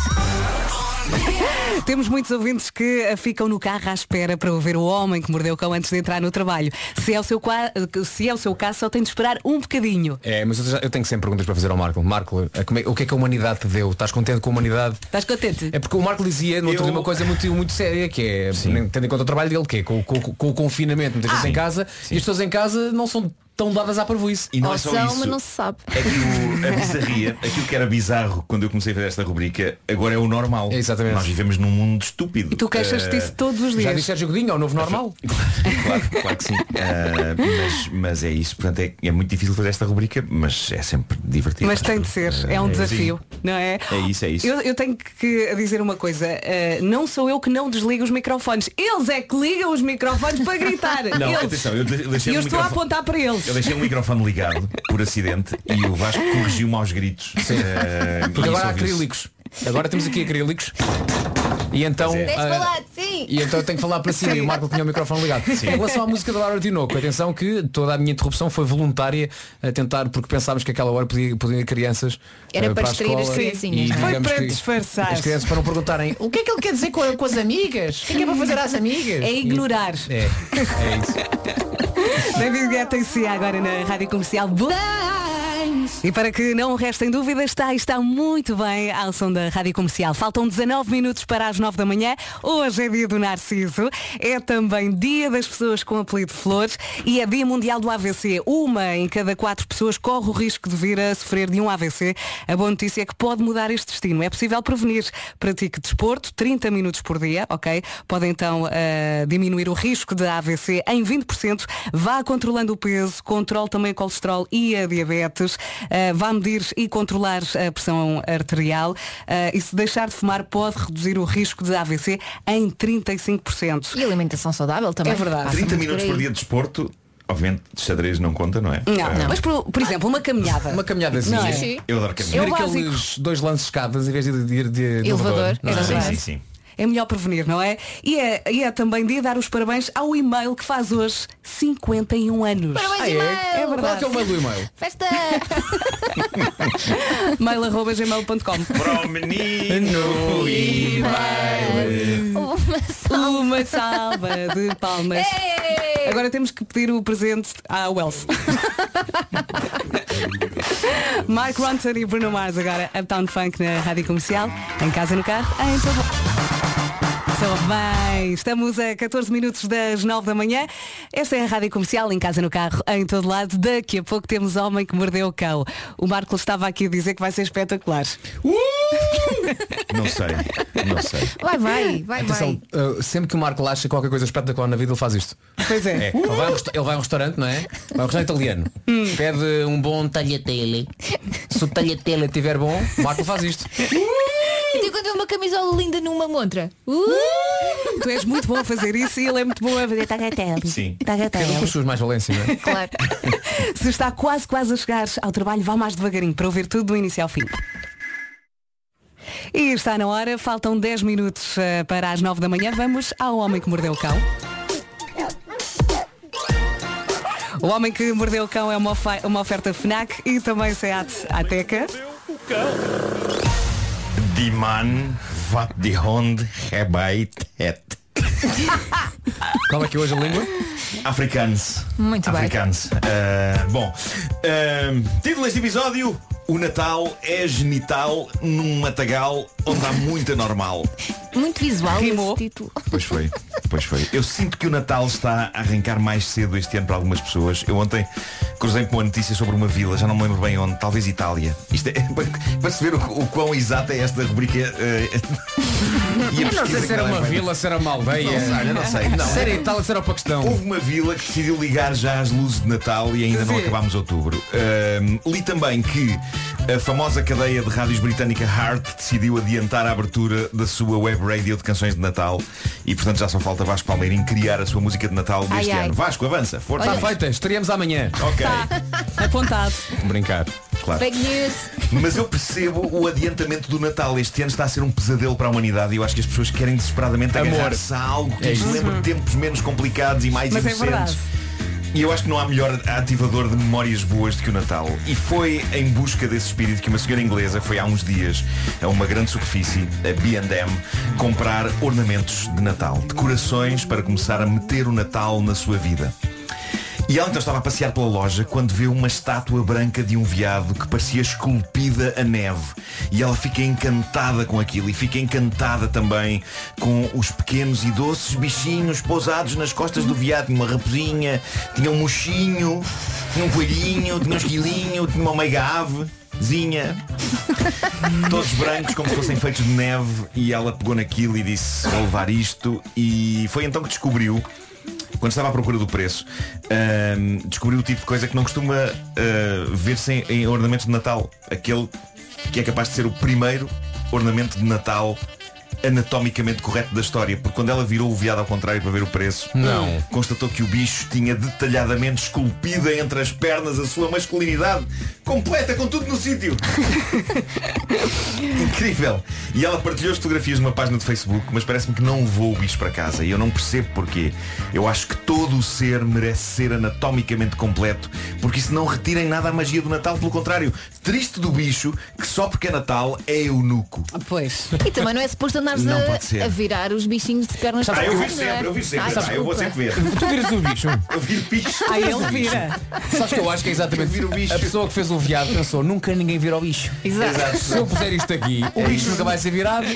Temos muitos ouvintes que ficam no carro à espera para ouvir o Homem que Mordeu o Cão antes de entrar no trabalho. Se é o seu caso, só tem de esperar um bocadinho. Mas eu tenho sempre perguntas para fazer ao Marco. Marco, o que é que a humanidade te deu? Estás contente com a humanidade? Estás contente? É porque o Marco dizia no outro dia uma coisa muito séria, que é, tendo em conta o trabalho dele, que é com o confinamento, muitas vezes em casa, e as pessoas em casa não são tão dadas à parvoíce. E não é só isso. Mas não se sabe. É que a bizarria, aquilo que era bizarro quando eu comecei a fazer esta rubrica, agora é o normal. É, exatamente. Nós vivemos num mundo estúpido. E tu queixas-te disso todos os dias. Já disse Sérgio Godinho, é o novo normal. Claro que sim. Mas é isso. Portanto, é muito difícil fazer esta rubrica, mas é sempre divertido. Mas tem de ser. É um desafio, não é? É isso. Eu tenho que dizer uma coisa. Não sou eu que não desligo os microfones. Eles é que ligam os microfones para gritar. Não, eles. atenção, eu deixei eu estou a apontar para eles. Eu deixei o microfone ligado por acidente e o Vasco corrigiu-me aos gritos. Porque agora há acrílicos. Agora temos aqui acrílicos. E então, e então eu tenho que falar para cima. E o Marco tinha o microfone ligado. Em relação à música da Laura Tinoco, atenção que toda a minha interrupção foi voluntária a tentar, porque pensámos que aquela hora podiam ir crianças. Era para a distrair as escola, criancinhas. Foi para disfarçar. As crianças para não perguntarem o que é que ele quer dizer com as amigas? O que é que é para fazer às amigas? É ignorar. É isso. David Guetta e Cia agora na Rádio Comercial. E para que não restem dúvidas, está muito bem ao som da Rádio Comercial. Faltam 19 minutos para as 9 da manhã. Hoje é dia do Narciso. É também dia das pessoas com apelido Flores e é dia mundial do AVC. 1 em cada 4 pessoas corre o risco de vir a sofrer de um AVC. A boa notícia é que pode mudar este destino. É possível prevenir. Pratique desporto, 30 minutos por dia, ok? Pode então diminuir o risco de AVC em 20%. Vá controlando o peso, controle também o colesterol e a diabetes. Vá medir e controlar a pressão arterial e se deixar de fumar pode reduzir o risco de AVC em 35%. E alimentação saudável também. É verdade. 30 minutos por dia de desporto. Obviamente, xadrez não conta, não é? Não. Mas por exemplo, uma caminhada. Uma caminhadazinha. Não é? Eu adoro caminhar. É o aqueles 2 lances de escadas em vez de ir de elevador. Sim. É melhor prevenir, não é? E é também dia de dar os parabéns ao e-mail que faz hoje 51 anos. Parabéns, e-mail! É verdade. Qual é que é o mail do e-mail? Festa! mail@gmail.com. Para o menino e-mail. Uma salva de palmas. Ei! Agora temos que pedir o presente à Wells. Mike Ronson e Bruno Mars agora, Uptown Funk na Rádio Comercial, em casa, no carro, em todo. Bem, estamos a 14 minutos das 9 da manhã. Esta é a Rádio Comercial, em casa, no carro, em todo lado. Daqui a pouco temos Homem que Mordeu o Cão. O Marco estava aqui a dizer que vai ser espetacular. Não sei. Vai. Atenção, sempre que o Marco acha qualquer coisa espetacular na vida, ele faz isto. Pois é. Ele vai a um restaurante, não é? Vai a um restaurante italiano. Pede um bom tagliatelle. Se o tagliatelle estiver bom, o Marco faz isto. E tu quando uma camisola linda numa montra. Tu és muito bom a fazer isso e ele é muito bom a fazer tagliatelle. Sim. Cada um com as suas mais valências, não é? Claro. Se está quase a chegar ao trabalho, vá mais devagarinho para ouvir tudo do início ao fim. E está na hora, faltam 10 minutos para as 9 da manhã. Vamos ao Homem que Mordeu o Cão. O Homem que Mordeu o Cão é uma oferta FNAC e também SEAT Ateca. Die Mann, wat die Hund herbei het. Qual é que é hoje a língua? Afrikaans. Muito bem. Afrikaans. Título deste episódio: o Natal é genital num matagal onde há muita normal. Muito visual esse título. Pois foi. Eu sinto que o Natal está a arrancar mais cedo este ano para algumas pessoas. Eu ontem cruzei com uma notícia sobre uma vila, já não me lembro bem onde, talvez Itália. Isto é para se ver o quão exata é esta rubrica. Eu não sei se era uma vila, se era uma aldeia. Não sei. Se era Itália, se era o Paquistão. Houve uma vila que decidiu ligar já as luzes de Natal e ainda não acabámos outubro. Li também que a famosa cadeia de rádios britânica Heart decidiu adiantar a abertura da sua web radio de canções de Natal e portanto já só falta Vasco Palmeirinho criar a sua música de Natal deste ano. Vasco, avança, força. Está feita, estaríamos amanhã. Ok. Apontado. Brincar. Claro. Fake news. Mas eu percebo o adiantamento do Natal. Este ano está a ser um pesadelo para a humanidade e eu acho que as pessoas querem desesperadamente agarrar-se a algo que lhes lembre tempos menos complicados e mais inocentes. E eu acho que não há melhor ativador de memórias boas do que o Natal. E foi em busca desse espírito que uma senhora inglesa foi há uns dias a uma grande superfície, a B&M, comprar ornamentos de Natal, decorações para começar a meter o Natal na sua vida. E ela então estava a passear pela loja quando vê uma estátua branca de um veado que parecia esculpida a neve. E ela fica encantada com aquilo e fica encantada também com os pequenos e doces bichinhos pousados nas costas do veado. Tinha uma raposinha, tinha um mochinho, tinha um coelhinho, tinha um esquilinho, tinha uma meiga avezinha. Todos brancos como se fossem feitos de neve. E ela pegou naquilo e disse: vou levar isto. E foi então que descobriu, quando estava à procura do preço, descobriu o tipo de coisa que não costuma ver-se em ornamentos de Natal. Aquele que é capaz de ser o primeiro ornamento de Natal anatomicamente correto da história. Porque quando ela virou o veado ao contrário para ver o preço, constatou que o bicho tinha detalhadamente esculpida entre as pernas a sua masculinidade completa, com tudo no sítio. Incrível. E ela partilhou as fotografias numa página de Facebook, mas parece-me que não levou o bicho para casa. E eu não percebo porquê. Eu acho que todo o ser merece ser anatomicamente completo, porque isso não retira em nada a magia do Natal. Pelo contrário, triste do bicho que só porque é Natal é eunuco. Pois. E também não é suposto andar a virar os bichinhos de pernas para eu vi sempre. Eu vou sempre ver. Tu viras o bicho? Eu viro bicho. Ele vira. Sabes que eu acho que é exatamente o bicho. A pessoa que fez o veado pensou: nunca ninguém vira o bicho. Exato. Se eu puser isto aqui, o bicho nunca vai ser virado.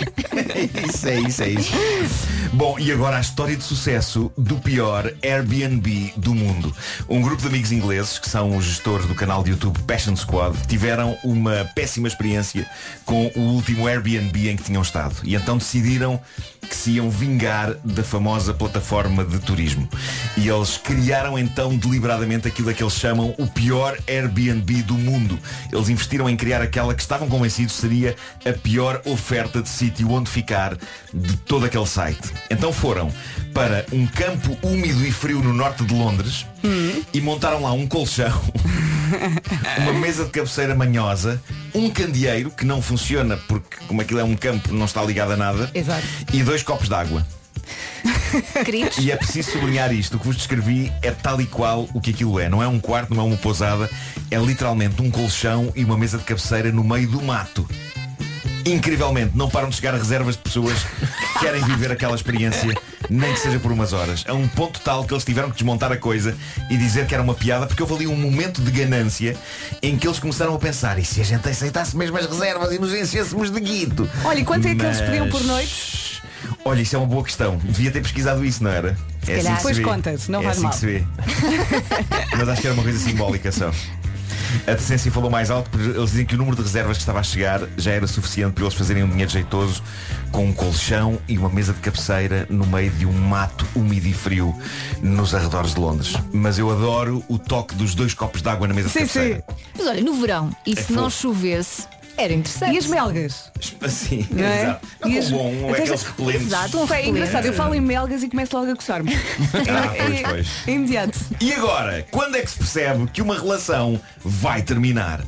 É isso. Bom, e agora a história de sucesso do pior Airbnb do mundo. Um grupo de amigos ingleses, que são os gestores do canal de YouTube Passion Squad, tiveram uma péssima experiência com o último Airbnb em que tinham estado. E então decidiram que se iam vingar da famosa plataforma de turismo. E eles criaram então deliberadamente aquilo a que eles chamam o pior Airbnb do mundo. Eles investiram em criar aquela que estavam convencidos seria a pior oferta de sítio onde ficar de todo aquele site. Então foram para um campo úmido e frio no norte de Londres e montaram lá um colchão, uma mesa de cabeceira manhosa, um candeeiro que não funciona porque, como aquilo é um campo, não está ligado a nada. Exato. E 2 copos de água. E é preciso sublinhar isto. O que vos descrevi é tal e qual o que aquilo é. Não é um quarto, não é uma pousada. É literalmente um colchão e uma mesa de cabeceira no meio do mato. Incrivelmente, não param de chegar a reservas de pessoas que querem viver aquela experiência, nem que seja por umas horas. A um ponto tal que eles tiveram que desmontar a coisa e dizer que era uma piada, porque houve ali um momento de ganância em que eles começaram a pensar: e se a gente aceitasse mesmo as reservas e nos enchêssemos de guito? Olha, e quanto é que eles pediam por noite? Olha, isso é uma boa questão. Devia ter pesquisado isso, não era? Se calhar. Depois contas, não faz mal. É assim que se vê. Mas acho que era uma coisa simbólica só. A decência falou mais alto, porque eles dizem que o número de reservas que estava a chegar já era suficiente para eles fazerem um dinheiro jeitoso com um colchão e uma mesa de cabeceira no meio de um mato úmido e frio nos arredores de Londres. Mas eu adoro o toque dos 2 copos de água na mesa de cabeceira. Mas olha, no verão, e se não chovesse, era interessante. E as melgas? Sim, não é? Exato. Não, e bom, é aqueles repelentes. Exato, é engraçado, eu falo em melgas e começo logo a coçar-me. Pois. É imediato. E agora, quando é que se percebe que uma relação vai terminar?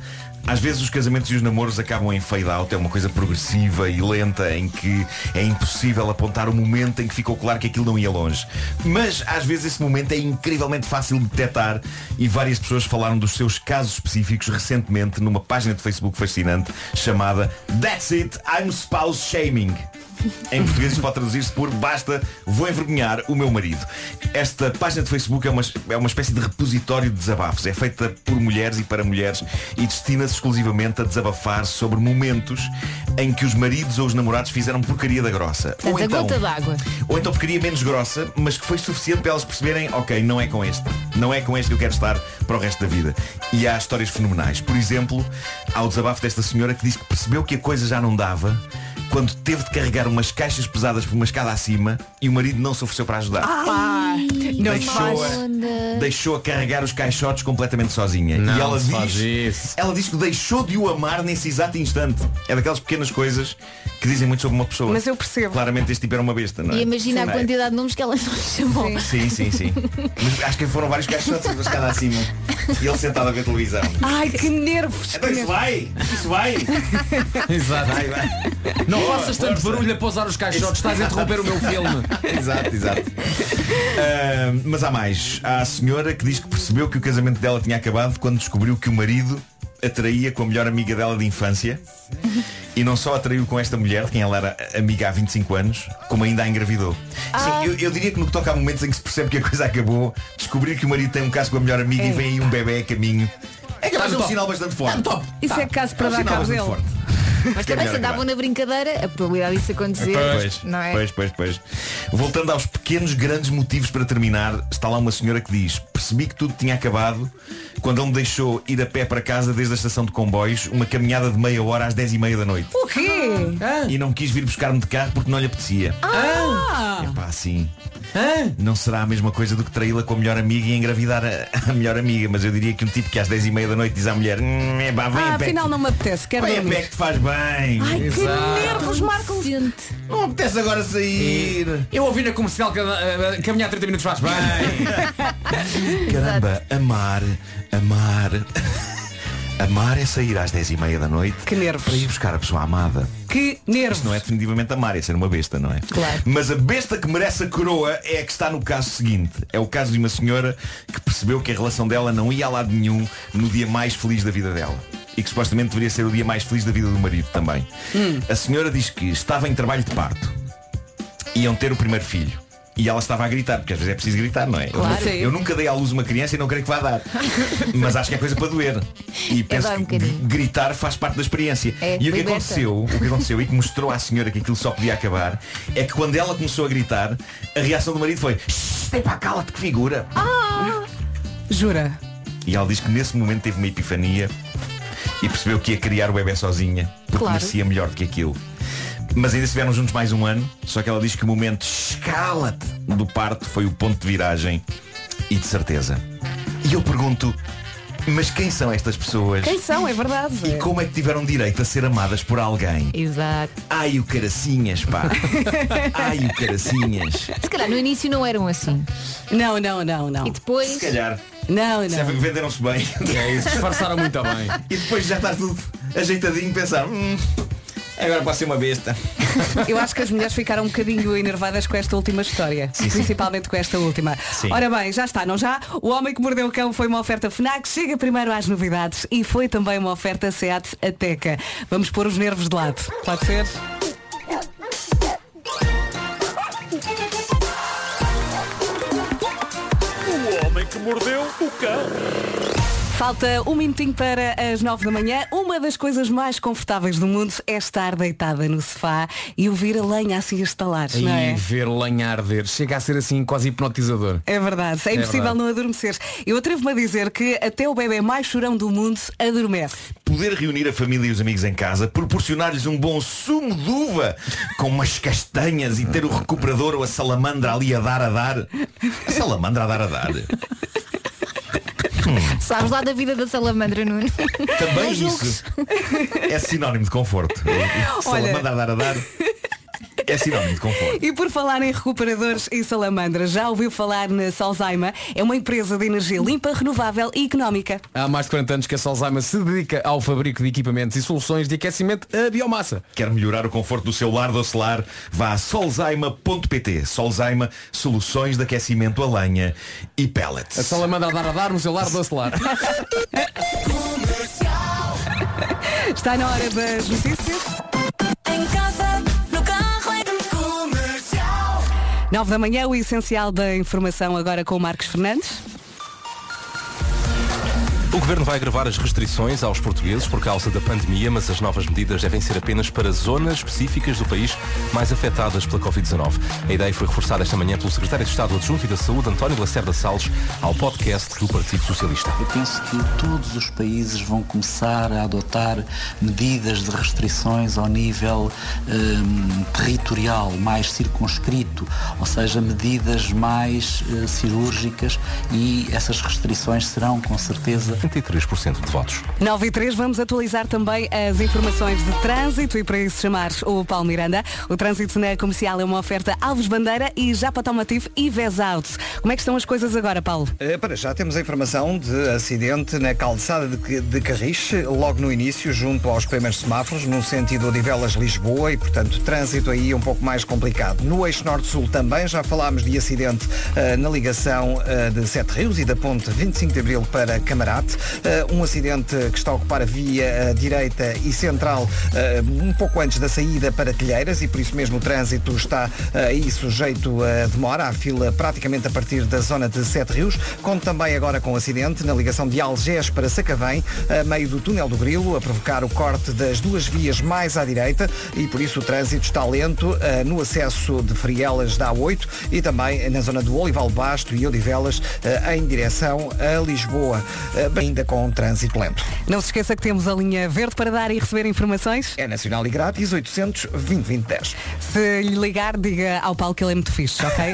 Às vezes os casamentos e os namoros acabam em fade out. É uma coisa progressiva e lenta em que é impossível apontar o momento em que ficou claro que aquilo não ia longe. Mas às vezes esse momento é incrivelmente fácil de detectar e várias pessoas falaram dos seus casos específicos recentemente numa página de Facebook fascinante chamada That's It, I'm Spouse Shaming. Em português isto pode traduzir-se por basta, vou envergonhar o meu marido. Esta página de Facebook é uma espécie de repositório de desabafos. É feita por mulheres e para mulheres e destina-se exclusivamente a desabafar sobre momentos em que os maridos ou os namorados fizeram porcaria da grossa. Gota d'água. Ou então porcaria menos grossa, mas que foi suficiente para elas perceberem, ok, não é com este. Não é com este que eu quero estar para o resto da vida. E há histórias fenomenais. Por exemplo, há o desabafo desta senhora que diz que percebeu que a coisa já não dava quando teve de carregar umas caixas pesadas por uma escada acima e o marido não se ofereceu para ajudar. Deixou-a carregar os caixotes completamente sozinha. Não, e ela diz que deixou de o amar nesse exato instante. É daquelas pequenas coisas que dizem muito sobre uma pessoa. Mas eu percebo. Claramente este tipo era uma besta, não é? E imagina a quantidade de nomes que ela não chamou. Sim. Mas acho que foram vários caixotes da escada acima. E ele sentado a ver televisão. Ai, que nervos! Então isso vai! Exato. Vai. Não faças tanto barulho a pousar os caixotes, estás a interromper o meu filme. Exato. Mas há mais. Há a senhora que diz que percebeu que o casamento dela tinha acabado quando descobriu que o marido a traía com a melhor amiga dela de infância. E não só a traiu com esta mulher, de quem ela era amiga há 25 anos, como ainda a engravidou. Sim, eu diria que no que toca a momentos em que se percebe que a coisa acabou, descobrir que o marido tem um caso com a melhor amiga e vem aí um bebé a caminho, é que é um sinal bastante forte. Isso é caso para dar cabo dele. Mas também se andavam na brincadeira, a probabilidade disso acontecer, não é? Pois. Voltando aos pequenos grandes motivos para terminar, está lá uma senhora que diz: percebi que tudo tinha acabado quando ele me deixou ir a pé para casa desde a estação de comboios, uma caminhada de meia hora às 10h30 da noite. O quê? E não quis vir buscar-me de carro porque não lhe apetecia. Epá, assim. Não será a mesma coisa do que traí-la com a melhor amiga e engravidar a melhor amiga. Mas eu diria que um tipo que às 10h30 da noite diz à mulher: vem a pé. Afinal não me apetece, quero dormir. dormir. Vem a pé que te faz bem. Ai, que nervos, Marco. Não me apetece agora sair. Eu ouvi na comercial que caminhar 30 minutos faz bem. Caramba, amar é sair às 10h30 da noite. Que nervos. Para ir buscar a pessoa amada. Que nervos. Isso não é definitivamente amar, é ser uma besta, não é? Claro. Mas a besta que merece a coroa é a que está no caso seguinte. É o caso de uma senhora que percebeu que a relação dela não ia a lado nenhum no dia mais feliz da vida dela. E que supostamente deveria ser o dia mais feliz da vida do marido também. A senhora diz que estava em trabalho de parto. Iam ter o primeiro filho. E ela estava a gritar, porque às vezes é preciso gritar, não é? Claro. Eu nunca dei à luz uma criança e não creio que vá dar. Mas acho que é coisa para doer. E penso que gritar faz parte da experiência. E o que aconteceu e que mostrou à senhora que aquilo só podia acabar, é que quando ela começou a gritar, a reação do marido foi: epá, cala-te, que figura. Jura? E ela diz que nesse momento teve uma epifania e percebeu que ia criar o bebê sozinha, porque merecia melhor do que aquilo. Mas ainda estiveram juntos mais um ano. Só que ela diz que o momento escala-te do parto foi o ponto de viragem. E de certeza. E eu pergunto: mas quem são estas pessoas? Quem são, é verdade. E como é que tiveram direito a ser amadas por alguém? Exato. Ai, o caracinhas, pá. Ai, o caracinhas. Se calhar no início não eram assim. Não. E depois... Se calhar. Não. Venderam-se bem. É isso, disfarçaram muito bem. E depois já está tudo ajeitadinho, pensar: agora pode ser uma besta. Eu acho que as mulheres ficaram um bocadinho enervadas com esta última história. Sim. Principalmente com esta última. Sim. Ora bem, já está, não já? O Homem que Mordeu o Cão foi uma oferta FNAC. Chega primeiro às novidades. E foi também uma oferta SEAT Ateca. Vamos pôr os nervos de lado. Pode ser? O Homem que Mordeu o Cão. Falta um minutinho para as 9 da manhã. Uma das coisas mais confortáveis do mundo é estar deitada no sofá e ouvir a lenha assim a estalar, não é? E ver lenha arder. Chega a ser assim quase hipnotizador. É verdade. É impossível não adormecer. Eu atrevo-me a dizer que até o bebê mais chorão do mundo adormece. Poder reunir a família e os amigos em casa, proporcionar-lhes um bom sumo de uva com umas castanhas e ter o recuperador ou a salamandra ali a dar. A salamandra a dar. Sabes lá da vida da salamandra, Nuno? Também isso é sinónimo de conforto. Salamandra a dar. É sinónimo de conforto. E por falar em recuperadores e salamandras, já ouviu falar na Solzaima? É uma empresa de energia limpa, renovável e económica. Há mais de 40 anos que a Solzaima se dedica ao fabrico de equipamentos e soluções de aquecimento a biomassa. Quer melhorar o conforto do seu lar ou solar? Vá a solzaima.pt. Solzaima, soluções de aquecimento a lenha e pellets. A salamandra a dar no seu lar do solar. Está na hora das notícias. Em casa, no carro, Comercial. 9 da manhã, o essencial da informação agora com o Marcos Fernandes. O Governo vai agravar as restrições aos portugueses por causa da pandemia, mas as novas medidas devem ser apenas para zonas específicas do país mais afetadas pela Covid-19. A ideia foi reforçada esta manhã pelo Secretário de Estado Adjunto e da Saúde, António Lacerda Salles, ao podcast do Partido Socialista. Eu penso que todos os países vão começar a adotar medidas de restrições ao nível territorial, mais circunscrito, ou seja, medidas mais cirúrgicas, e essas restrições serão, com certeza, 33% de votos. 9 e 3, vamos atualizar também as informações de trânsito e para isso chamar o Paulo Miranda. O trânsito na Comercial é uma oferta Alves Bandeira e Japa Automotive e Vesout. Como é que estão as coisas agora, Paulo? Para já temos a informação de acidente na calçada de Carriche, logo no início, junto aos primeiros semáforos, no sentido Odivelas-Lisboa, e portanto trânsito aí um pouco mais complicado. No eixo norte-sul também já falámos de acidente na ligação de Sete Rios e da ponte 25 de Abril para Camarate. Um acidente que está a ocupar a via direita e central um pouco antes da saída para Telheiras, e por isso mesmo o trânsito está aí sujeito a demora. Há fila praticamente a partir da zona de Sete Rios. Conto também agora com acidente na ligação de Algés para Sacavém, a meio do túnel do Grilo, a provocar o corte das duas vias mais à direita, e por isso o trânsito está lento no acesso de Frielas da A8 e também na zona do Olival Basto e Odivelas em direção a Lisboa. Ainda com um trânsito lento. Não se esqueça que temos a linha verde para dar e receber informações. É nacional e grátis, 800-2020-10. Se lhe ligar, diga ao Paulo que ele é muito fixe, ok?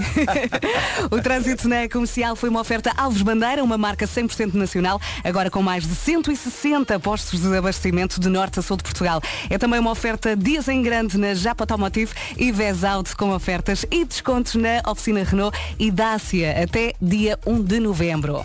O trânsito na Comercial foi uma oferta Alves Bandeira, uma marca 100% nacional, agora com mais de 160 postos de abastecimento de norte a sul de Portugal. É também uma oferta Dias em Grande na Japa Automotive e Vesout, com ofertas e descontos na oficina Renault e Dacia até dia 1 de novembro.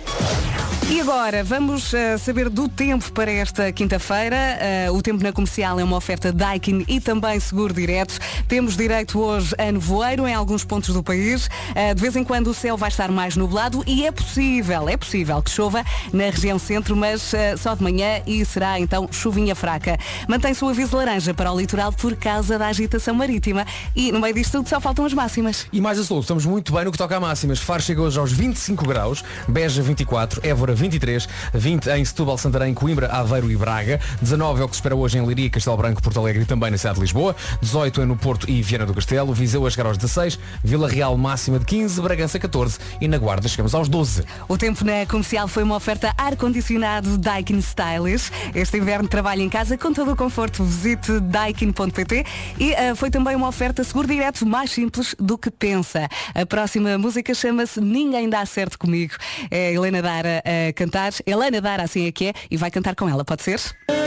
E agora vamos saber do tempo para esta quinta-feira. O tempo na Comercial é uma oferta Daikin e também Seguro Direto. Temos direito hoje a nevoeiro em alguns pontos do país. De vez em quando o céu vai estar mais nublado e é possível que chova na região centro, mas só de manhã, e será então chuvinha fraca. Mantém-se o aviso laranja para o litoral por causa da agitação marítima, e no meio disto tudo só faltam as máximas. E mais a sul, estamos muito bem no que toca a máximas. Faro chega hoje aos 25 graus, Beja 24, Évora 23, 20 em Setúbal, Santarém, Coimbra, Aveiro e Braga, 19 é o que se espera hoje em Leiria, Castelo Branco, Porto Alegre e também na cidade de Lisboa, 18 é no Porto e Viana do Castelo, Viseu a chegar aos 16, Vila Real máxima de 15, Bragança 14 e na Guarda chegamos aos 12. O tempo na Comercial foi uma oferta ar-condicionado Daikin Stylish. Este inverno trabalha em casa com todo o conforto. Visite daikin.pt e foi também uma oferta Seguro Direto, mais simples do que pensa. A próxima música chama-se Ninguém Dá Certo Comigo. É Helena Dara a cantar. Helena Dara, assim é que é, e vai cantar com ela, pode ser?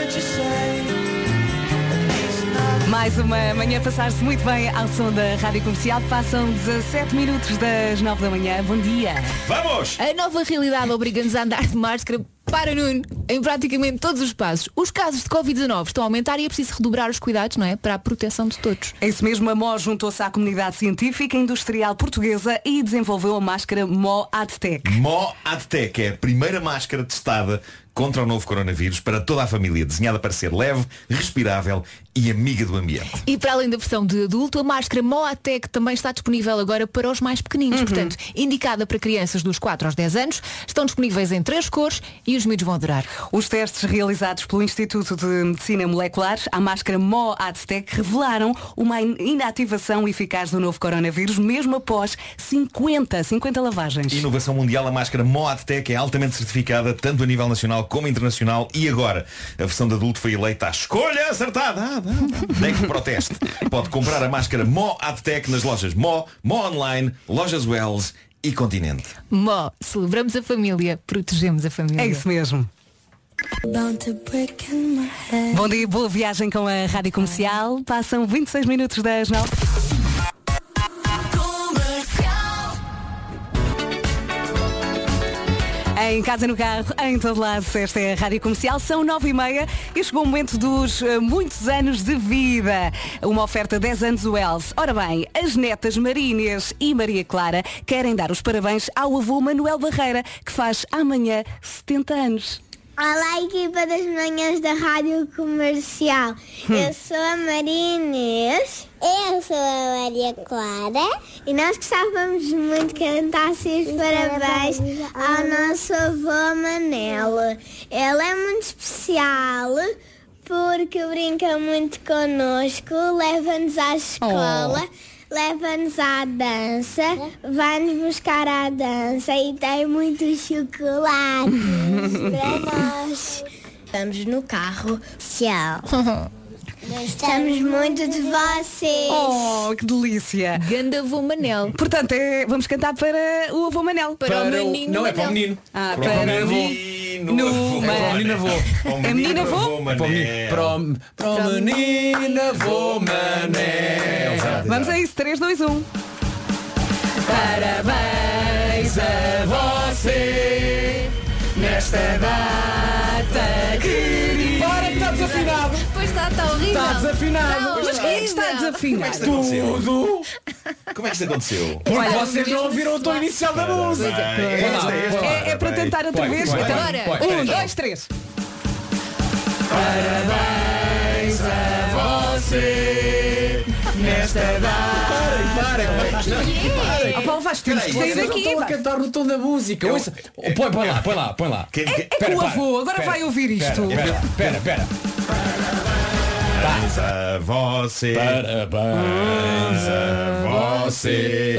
Mais uma manhã passar-se muito bem ao som da Rádio Comercial. Passam 17 minutos das 9 da manhã. Bom dia. Vamos! A nova realidade obriga-nos a andar de máscara para Nuno em praticamente todos os passos. Os casos de Covid-19 estão a aumentar e é preciso redobrar os cuidados, não é? Para a proteção de todos. É isso mesmo, a MO juntou-se à comunidade científica e industrial portuguesa e desenvolveu a máscara MO AdTech. MO AdTech é a primeira máscara testada contra o novo coronavírus para toda a família, desenhada para ser leve, respirável e amiga do ambiente. E para além da versão de adulto, a máscara MO AdTech também está disponível agora para os mais pequeninos. Portanto, indicada para crianças dos 4 aos 10 anos, estão disponíveis em 3 cores e os miúdos vão adorar. Os testes realizados pelo Instituto de Medicina Molecular à máscara MO AdTech revelaram uma inativação eficaz do novo coronavírus, mesmo após 50 lavagens. Inovação mundial, a máscara MO AdTech é altamente certificada, tanto a nível nacional como internacional, e agora a versão de adulto foi eleita a escolha acertada. Deque para o teste. Pode comprar a máscara MO AdTech nas lojas MO Online, Lojas Wells e Continente. MO, celebramos a família, protegemos a família. É isso mesmo. Bom dia, boa viagem com a Rádio Comercial. Passam 26 minutos das 9. Em casa, no carro, em todo lado, esta é a Rádio Comercial, são 9h30 e chegou o momento dos muitos anos de vida. Uma oferta 10 anos Wells. Ora bem, as netas Marinês e Maria Clara querem dar os parabéns ao avô Manuel Barreira, que faz amanhã 70 anos. Olá, equipa das manhãs da Rádio Comercial. Eu sou a Maria Inês. Eu sou a Maria Clara. E nós gostávamos muito que cantasse os parabéns ao nosso avô Manel. Ele é muito especial porque brinca muito connosco, leva-nos à escola. Leva-nos à dança, vai-nos buscar à dança e tem muitos chocolates para nós. Estamos no carro. Tchau. Gostamos muito de vocês. Oh, que delícia. Ganda avô Manel. Portanto, vamos cantar para o avô Manel. Para o menino. Não, é para o menino. Para o menino avô. É menino avô? Para o menino avô Manel. Vamos a isso, 3, 2, 1. Parabéns a você nesta data querida. Para que está desafinado. Pois está horrível. Está desafinado. Não, mas quem é que está desafinado? Tudo. Como é que isto aconteceu? Porque vocês não ouviram o tom inicial da música. É para tentar outra vez. Então, 1, 2, 3. Parabéns a você nesta data. Parem. Paulo Vaz, temos que sair daqui. Estou a cantar no tom da música. Põe lá. É que o avô agora vai ouvir isto. Espera. Parabéns a você. Parabéns a você.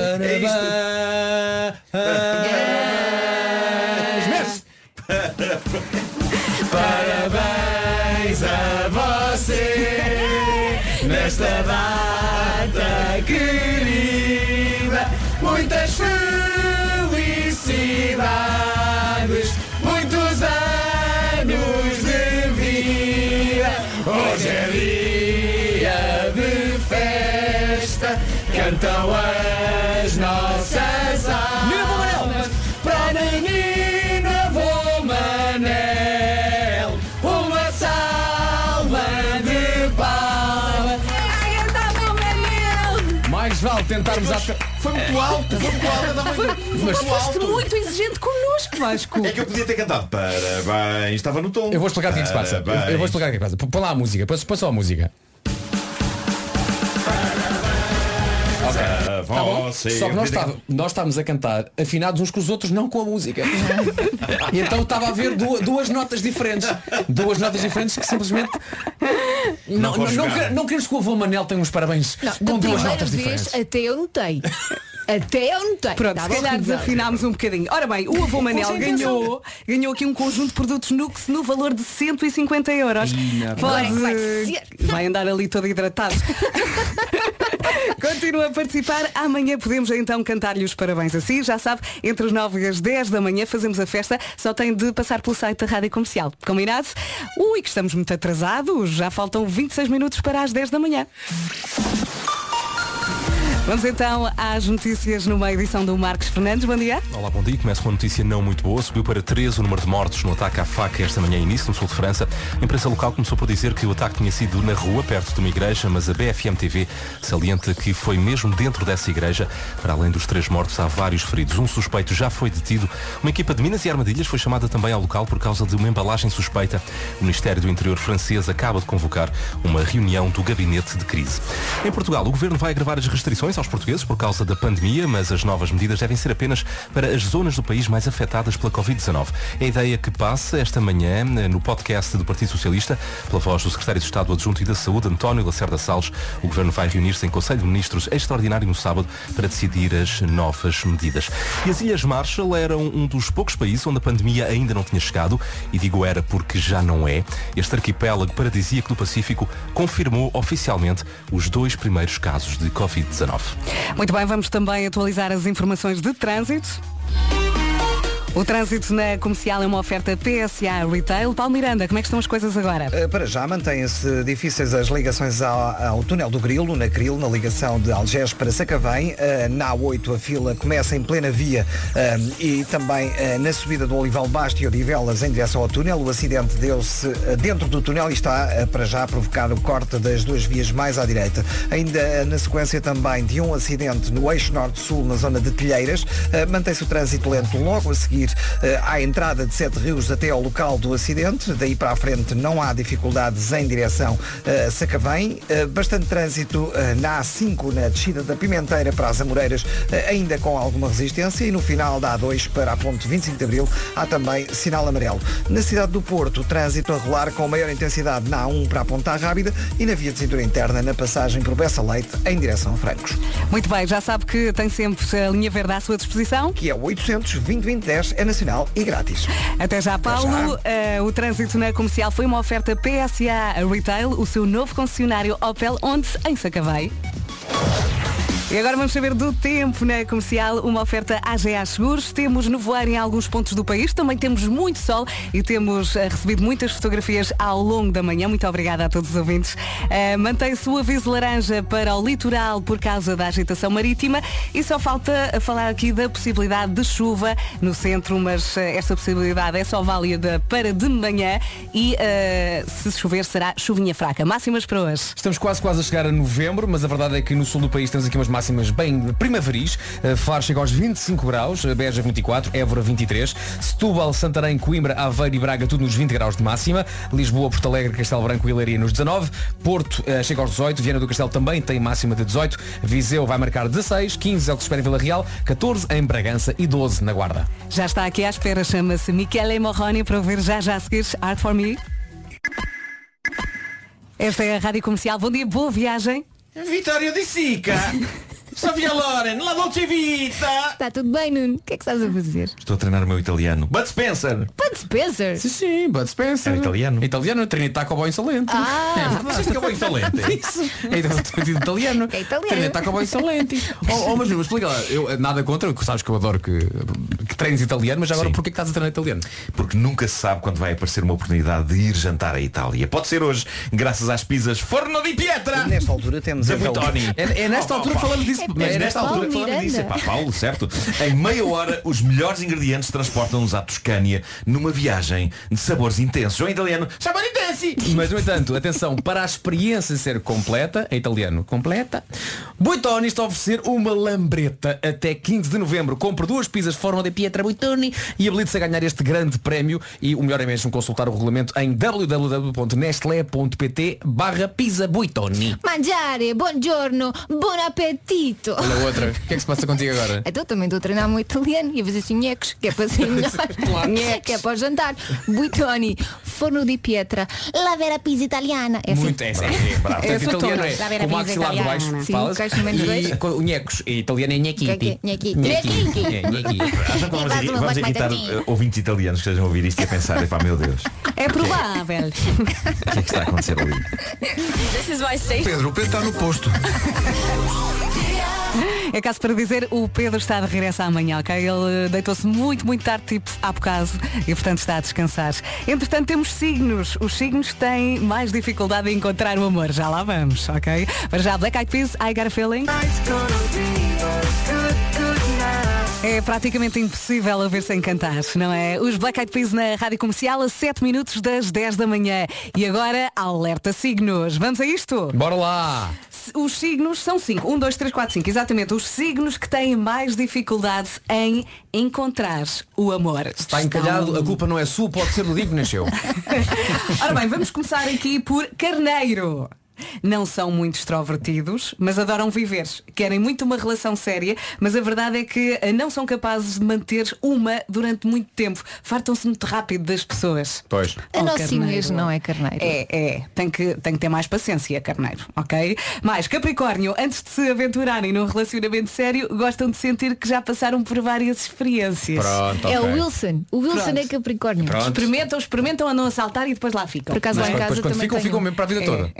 Parabéns a você nesta data querida. Muitas felicidades, muitos anos de vida. Hoje é dia de festa, cantam as nossas almas para o menino avô Manel. Uma salva de palmas. Mais vale tentarmos a... Foi muito alto. Mas foste muito exigente connosco, Vasco. É que eu podia ter cantado parabéns. Estava no tom. Eu vou explicar o que é que se passa. Eu vou explicar o que é que se passa. Põe lá a música. Põe só a música. Tá bom? Só que nós estávamos a cantar afinados uns com os outros, não com a música. E então estava a haver duas notas diferentes. Duas notas diferentes que simplesmente não queremos que o avô Manel tenha uns parabéns com duas notas diferentes. Até eu notei. Pronto, se calhar desafinámos um bocadinho. Ora bem, o avô Manel ganhou aqui um conjunto de produtos Nux no valor de 150 euros. Vai andar ali todo hidratado. Continua a participar. Amanhã podemos então cantar-lhe os parabéns assim. Já sabe, entre as 9 e as 10 da manhã fazemos a festa. Só tem de passar pelo site da Rádio Comercial. Combinado? Ui, que estamos muito atrasados. Já faltam 26 minutos para as 10 da manhã. Vamos então às notícias numa edição do Marcos Fernandes. Bom dia. Olá, bom dia. Começo com uma notícia não muito boa. Subiu para 3 o número de mortos no ataque à faca esta manhã em Nice, no sul de França. A imprensa local começou por dizer que o ataque tinha sido na rua, perto de uma igreja, mas a BFM TV salienta que foi mesmo dentro dessa igreja. Para além dos 3 mortos, há vários feridos. Um suspeito já foi detido. Uma equipa de minas e armadilhas foi chamada também ao local por causa de uma embalagem suspeita. O Ministério do Interior francês acaba de convocar uma reunião do gabinete de crise. Em Portugal, o governo vai agravar as restrições aos portugueses por causa da pandemia, mas as novas medidas devem ser apenas para as zonas do país mais afetadas pela Covid-19. É a ideia que passa esta manhã no podcast do Partido Socialista, pela voz do Secretário de Estado Adjunto e da Saúde, António Lacerda Salles. O governo vai reunir-se em Conselho de Ministros extraordinário no sábado para decidir as novas medidas. E as Ilhas Marshall eram um dos poucos países onde a pandemia ainda não tinha chegado, e digo era porque já não é. Este arquipélago paradisíaco do Pacífico confirmou oficialmente os 2 primeiros casos de Covid-19. Muito bem, vamos também atualizar as informações de trânsito. O trânsito na comercial é uma oferta PSA Retail. Paulo Miranda, como é que estão as coisas agora? Para já mantêm-se difíceis as ligações ao túnel do Grilo, na ligação de Algés para Sacavém. Na A8 a fila começa em plena via e também na subida do Olival Basto e Odivelas em direção ao túnel. O acidente deu-se dentro do túnel e está para já a provocar o corte das duas vias mais à direita. Ainda na sequência também de um acidente no eixo norte-sul, na zona de Telheiras. Mantém-se o trânsito lento logo a seguir à entrada de Sete Rios até ao local do acidente. Daí para a frente não há dificuldades em direção a Sacavém. Bastante trânsito na A5, na descida da Pimenteira para as Amoreiras, ainda com alguma resistência, e no final da A2 para a ponte 25 de Abril há também sinal amarelo. Na cidade do Porto, o trânsito a rolar com maior intensidade na A1 para a Ponta Rábida e na via de cintura interna na passagem por Bessa Leite em direção a Francos. Muito bem, já sabe que tem sempre a linha verde à sua disposição. Que é o 800-2020-10, é nacional e grátis. Até já, Paulo. O trânsito na comercial foi uma oferta PSA Retail, o seu novo concessionário Opel, onde em Sacavém. E agora vamos saber do tempo na comercial, uma oferta AGA Seguros. Temos nevoeiro em alguns pontos do país, também temos muito sol e temos recebido muitas fotografias ao longo da manhã. Muito obrigada a todos os ouvintes. Mantém-se o aviso laranja para o litoral por causa da agitação marítima e só falta falar aqui da possibilidade de chuva no centro, mas esta possibilidade é só válida para de manhã e se chover será chuvinha fraca. Máximas para hoje. Estamos quase a chegar a novembro, mas a verdade é que no sul do país temos aqui umas máximas bem primaveris. Faro chega aos 25 graus, Beja 24, Évora 23, Setúbal, Santarém, Coimbra, Aveiro e Braga tudo nos 20 graus de máxima, Lisboa, Porto Alegre, Castelo Branco e Leiria nos 19, Porto chega aos 18, Viana do Castelo também tem máxima de 18, Viseu vai marcar 16, 15 é o que se espera em Vila Real, 14 em Bragança e 12 na Guarda. Já está aqui à espera, chama-se Michele Morroni para ouvir já a seguir Art For Me. Esta é a Rádio Comercial. Bom dia, boa viagem. Vittorio de Sica. Sofia Loren, La Dolce Vita. Está tudo bem, Nuno? O que é que estás a fazer? Estou a treinar o meu italiano. Bud Spencer. Bud Spencer? Sim, Bud Spencer. É italiano. Italiano, treino taco bom insolente. É verdade. Isto é bom insolente. Isso. É italiano. É italiano. Treino taco bom insolente. Mas não, explica lá. Eu nada contra, sabes que eu adoro que treines italiano, mas agora Sim. porquê que estás a treinar italiano? Porque nunca se sabe quando vai aparecer uma oportunidade de ir jantar à Itália. Pode ser hoje, graças às pizzas Forno di Pietra. E nesta altura temos a Buitoni. É nesta altura que falamos disso. É nesta altura que falamos disso. Paulo, certo? Em meia hora, os melhores ingredientes transportam-nos à Toscânia numa viagem de sabores intensos. Ou em italiano, sabor intensi. Mas, no entanto, atenção, para a experiência ser completa, em italiano, completa, Buitoni está a oferecer uma lambreta até 15 de novembro. Compre 2 pizzas Forno di Pietra Buitoni e habilite-se a ganhar este grande prémio. E o melhor é mesmo consultar o regulamento em www.nestlé.pt/pizza Buitoni. Mangiare, buongiorno, buon appetito. Olha outra. O que é que se passa contigo agora? Então também estou a treinar muito italiano e a fazer assim nhecos, que é para ser melhor. Claro. Que é para o jantar. Buitoni, Forno di Pietra, la vera pizza italiana. É assim. Muito, é bravo. É Portanto, italiano é La vera com o pizza maxilar de baixo, italiana. Sim, falas, caixa número dois. e com o nhecos. E italiano é nhekiti. Nhekiti. Acho que vamos irritar ouvintes italianos que estejam a ouvir isto e a pensar, epá, meu Deus, É provável. o que é que está a acontecer ali? Pedro, o Pedro está no posto. É caso para dizer, o Pedro está de regresso amanhã, ok? Ele deitou-se muito tarde, tipo há bocado, e portanto está a descansar. Entretanto temos signos. Os signos têm mais dificuldade em encontrar o amor. Já lá vamos, ok? Para já, Black Eyed Peas, I Got a Feeling. É praticamente impossível ouvir sem cantar, não é? Os Black Eyed Peas na Rádio Comercial a 7 minutos das 10 da manhã. E agora, alerta signos. Vamos a isto? Bora lá! Os signos são 5. 1, 2, 3, 4, 5. Exatamente. Os signos que têm mais dificuldade em encontrar o amor. Está encalhado, a culpa não é sua, pode ser do dia que nasceu. Ora bem, vamos começar aqui por Carneiro. Não são muito extrovertidos, mas adoram viver. Querem muito uma relação séria, mas a verdade é que não são capazes de manter uma durante muito tempo. Fartam-se muito rápido das pessoas. Pois. A nossa Inês não é Carneiro. É. Tem que ter mais paciência, Carneiro, ok? Mais Capricórnio, antes de se aventurarem num relacionamento sério, gostam de sentir que já passaram por várias experiências. Pronto, É ok. o Wilson. O Wilson Pronto. é Capricórnio. Pronto. Experimentam, andam a saltar e depois lá ficam. Por acaso lá em casa Depois quando também ficam tenho. mesmo para a vida toda. Eu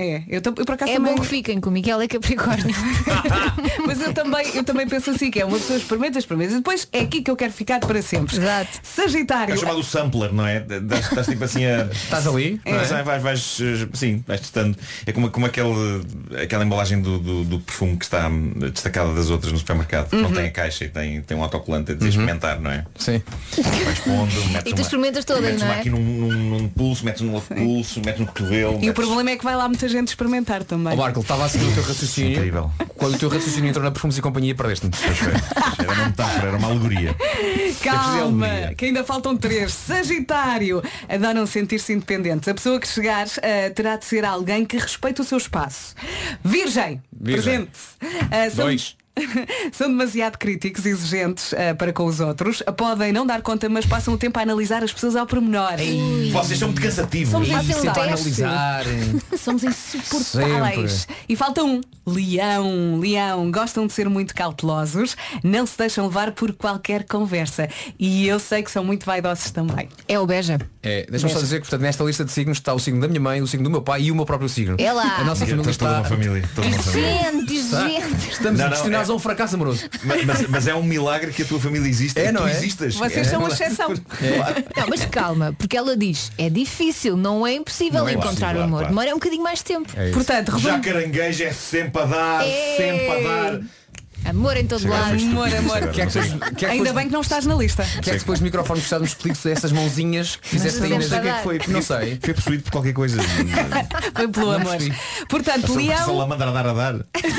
Eu por acaso é também... bom que fiquem comigo, ela é Capricórnio. Mas eu também penso assim, que é uma pessoa experimenta e depois é aqui que eu quero ficar para sempre. Exato. Sagitário. É chamado sampler, não é? Estás tipo assim a... Estás ali? Vais testando. É como aquela embalagem do perfume que está destacada das outras no supermercado. Não tem a caixa e tem um autocolante a dizer experimentar, não é? Sim. Vais pondo, E tu experimentas todas, não é? Metes aqui num pulso, metes no outro pulso, metes no cotovelo. E o problema é que vai lá muita gente experimentar também. Marco, estava a seguir o teu raciocínio. Incrível. Quando o teu raciocínio entrou na Perfumes e Companhia, perdeste-me. Era uma metáfora, era uma alegoria. Calma, que ainda faltam 3. Sagitário. Adoram sentir-se independentes. A pessoa que chegar terá de ser alguém que respeite o seu espaço. Virgem. Presente. 2. São demasiado críticos e exigentes para com os outros. Podem não dar conta, mas passam o tempo a analisar as pessoas ao pormenor. Vocês são muito cansativos. Somos Somos insuportáveis. Sempre. E falta um. Leão. Gostam de ser muito cautelosos. Não se deixam levar por qualquer conversa. E eu sei que são muito vaidosos também. É o Beja. Deixa-me só dizer que portanto, nesta lista de signos está o signo da minha mãe, o signo do meu pai e o meu próprio signo. É lá. A nossa família toda uma família. Gente. Estamos destinados a um fracasso amoroso. Mas é um milagre que a tua família exista e tu existas. Vocês são uma exceção. Não, mas calma, porque ela diz, é difícil, não é impossível encontrar o amor. Demora um bocadinho mais de tempo. Portanto, já caranguejo é sempre a dar, sempre a dar. Amor em todo lado. Amor. Ainda bem que não estás na lista. Que é que depois do microfone fechado nos expliques essas mãozinhas que fizeste aí. Não sei o que é que foi. Não sei. Foi possuído por qualquer coisa. Foi pelo amor. Portanto, Leão. Salamandra a dar.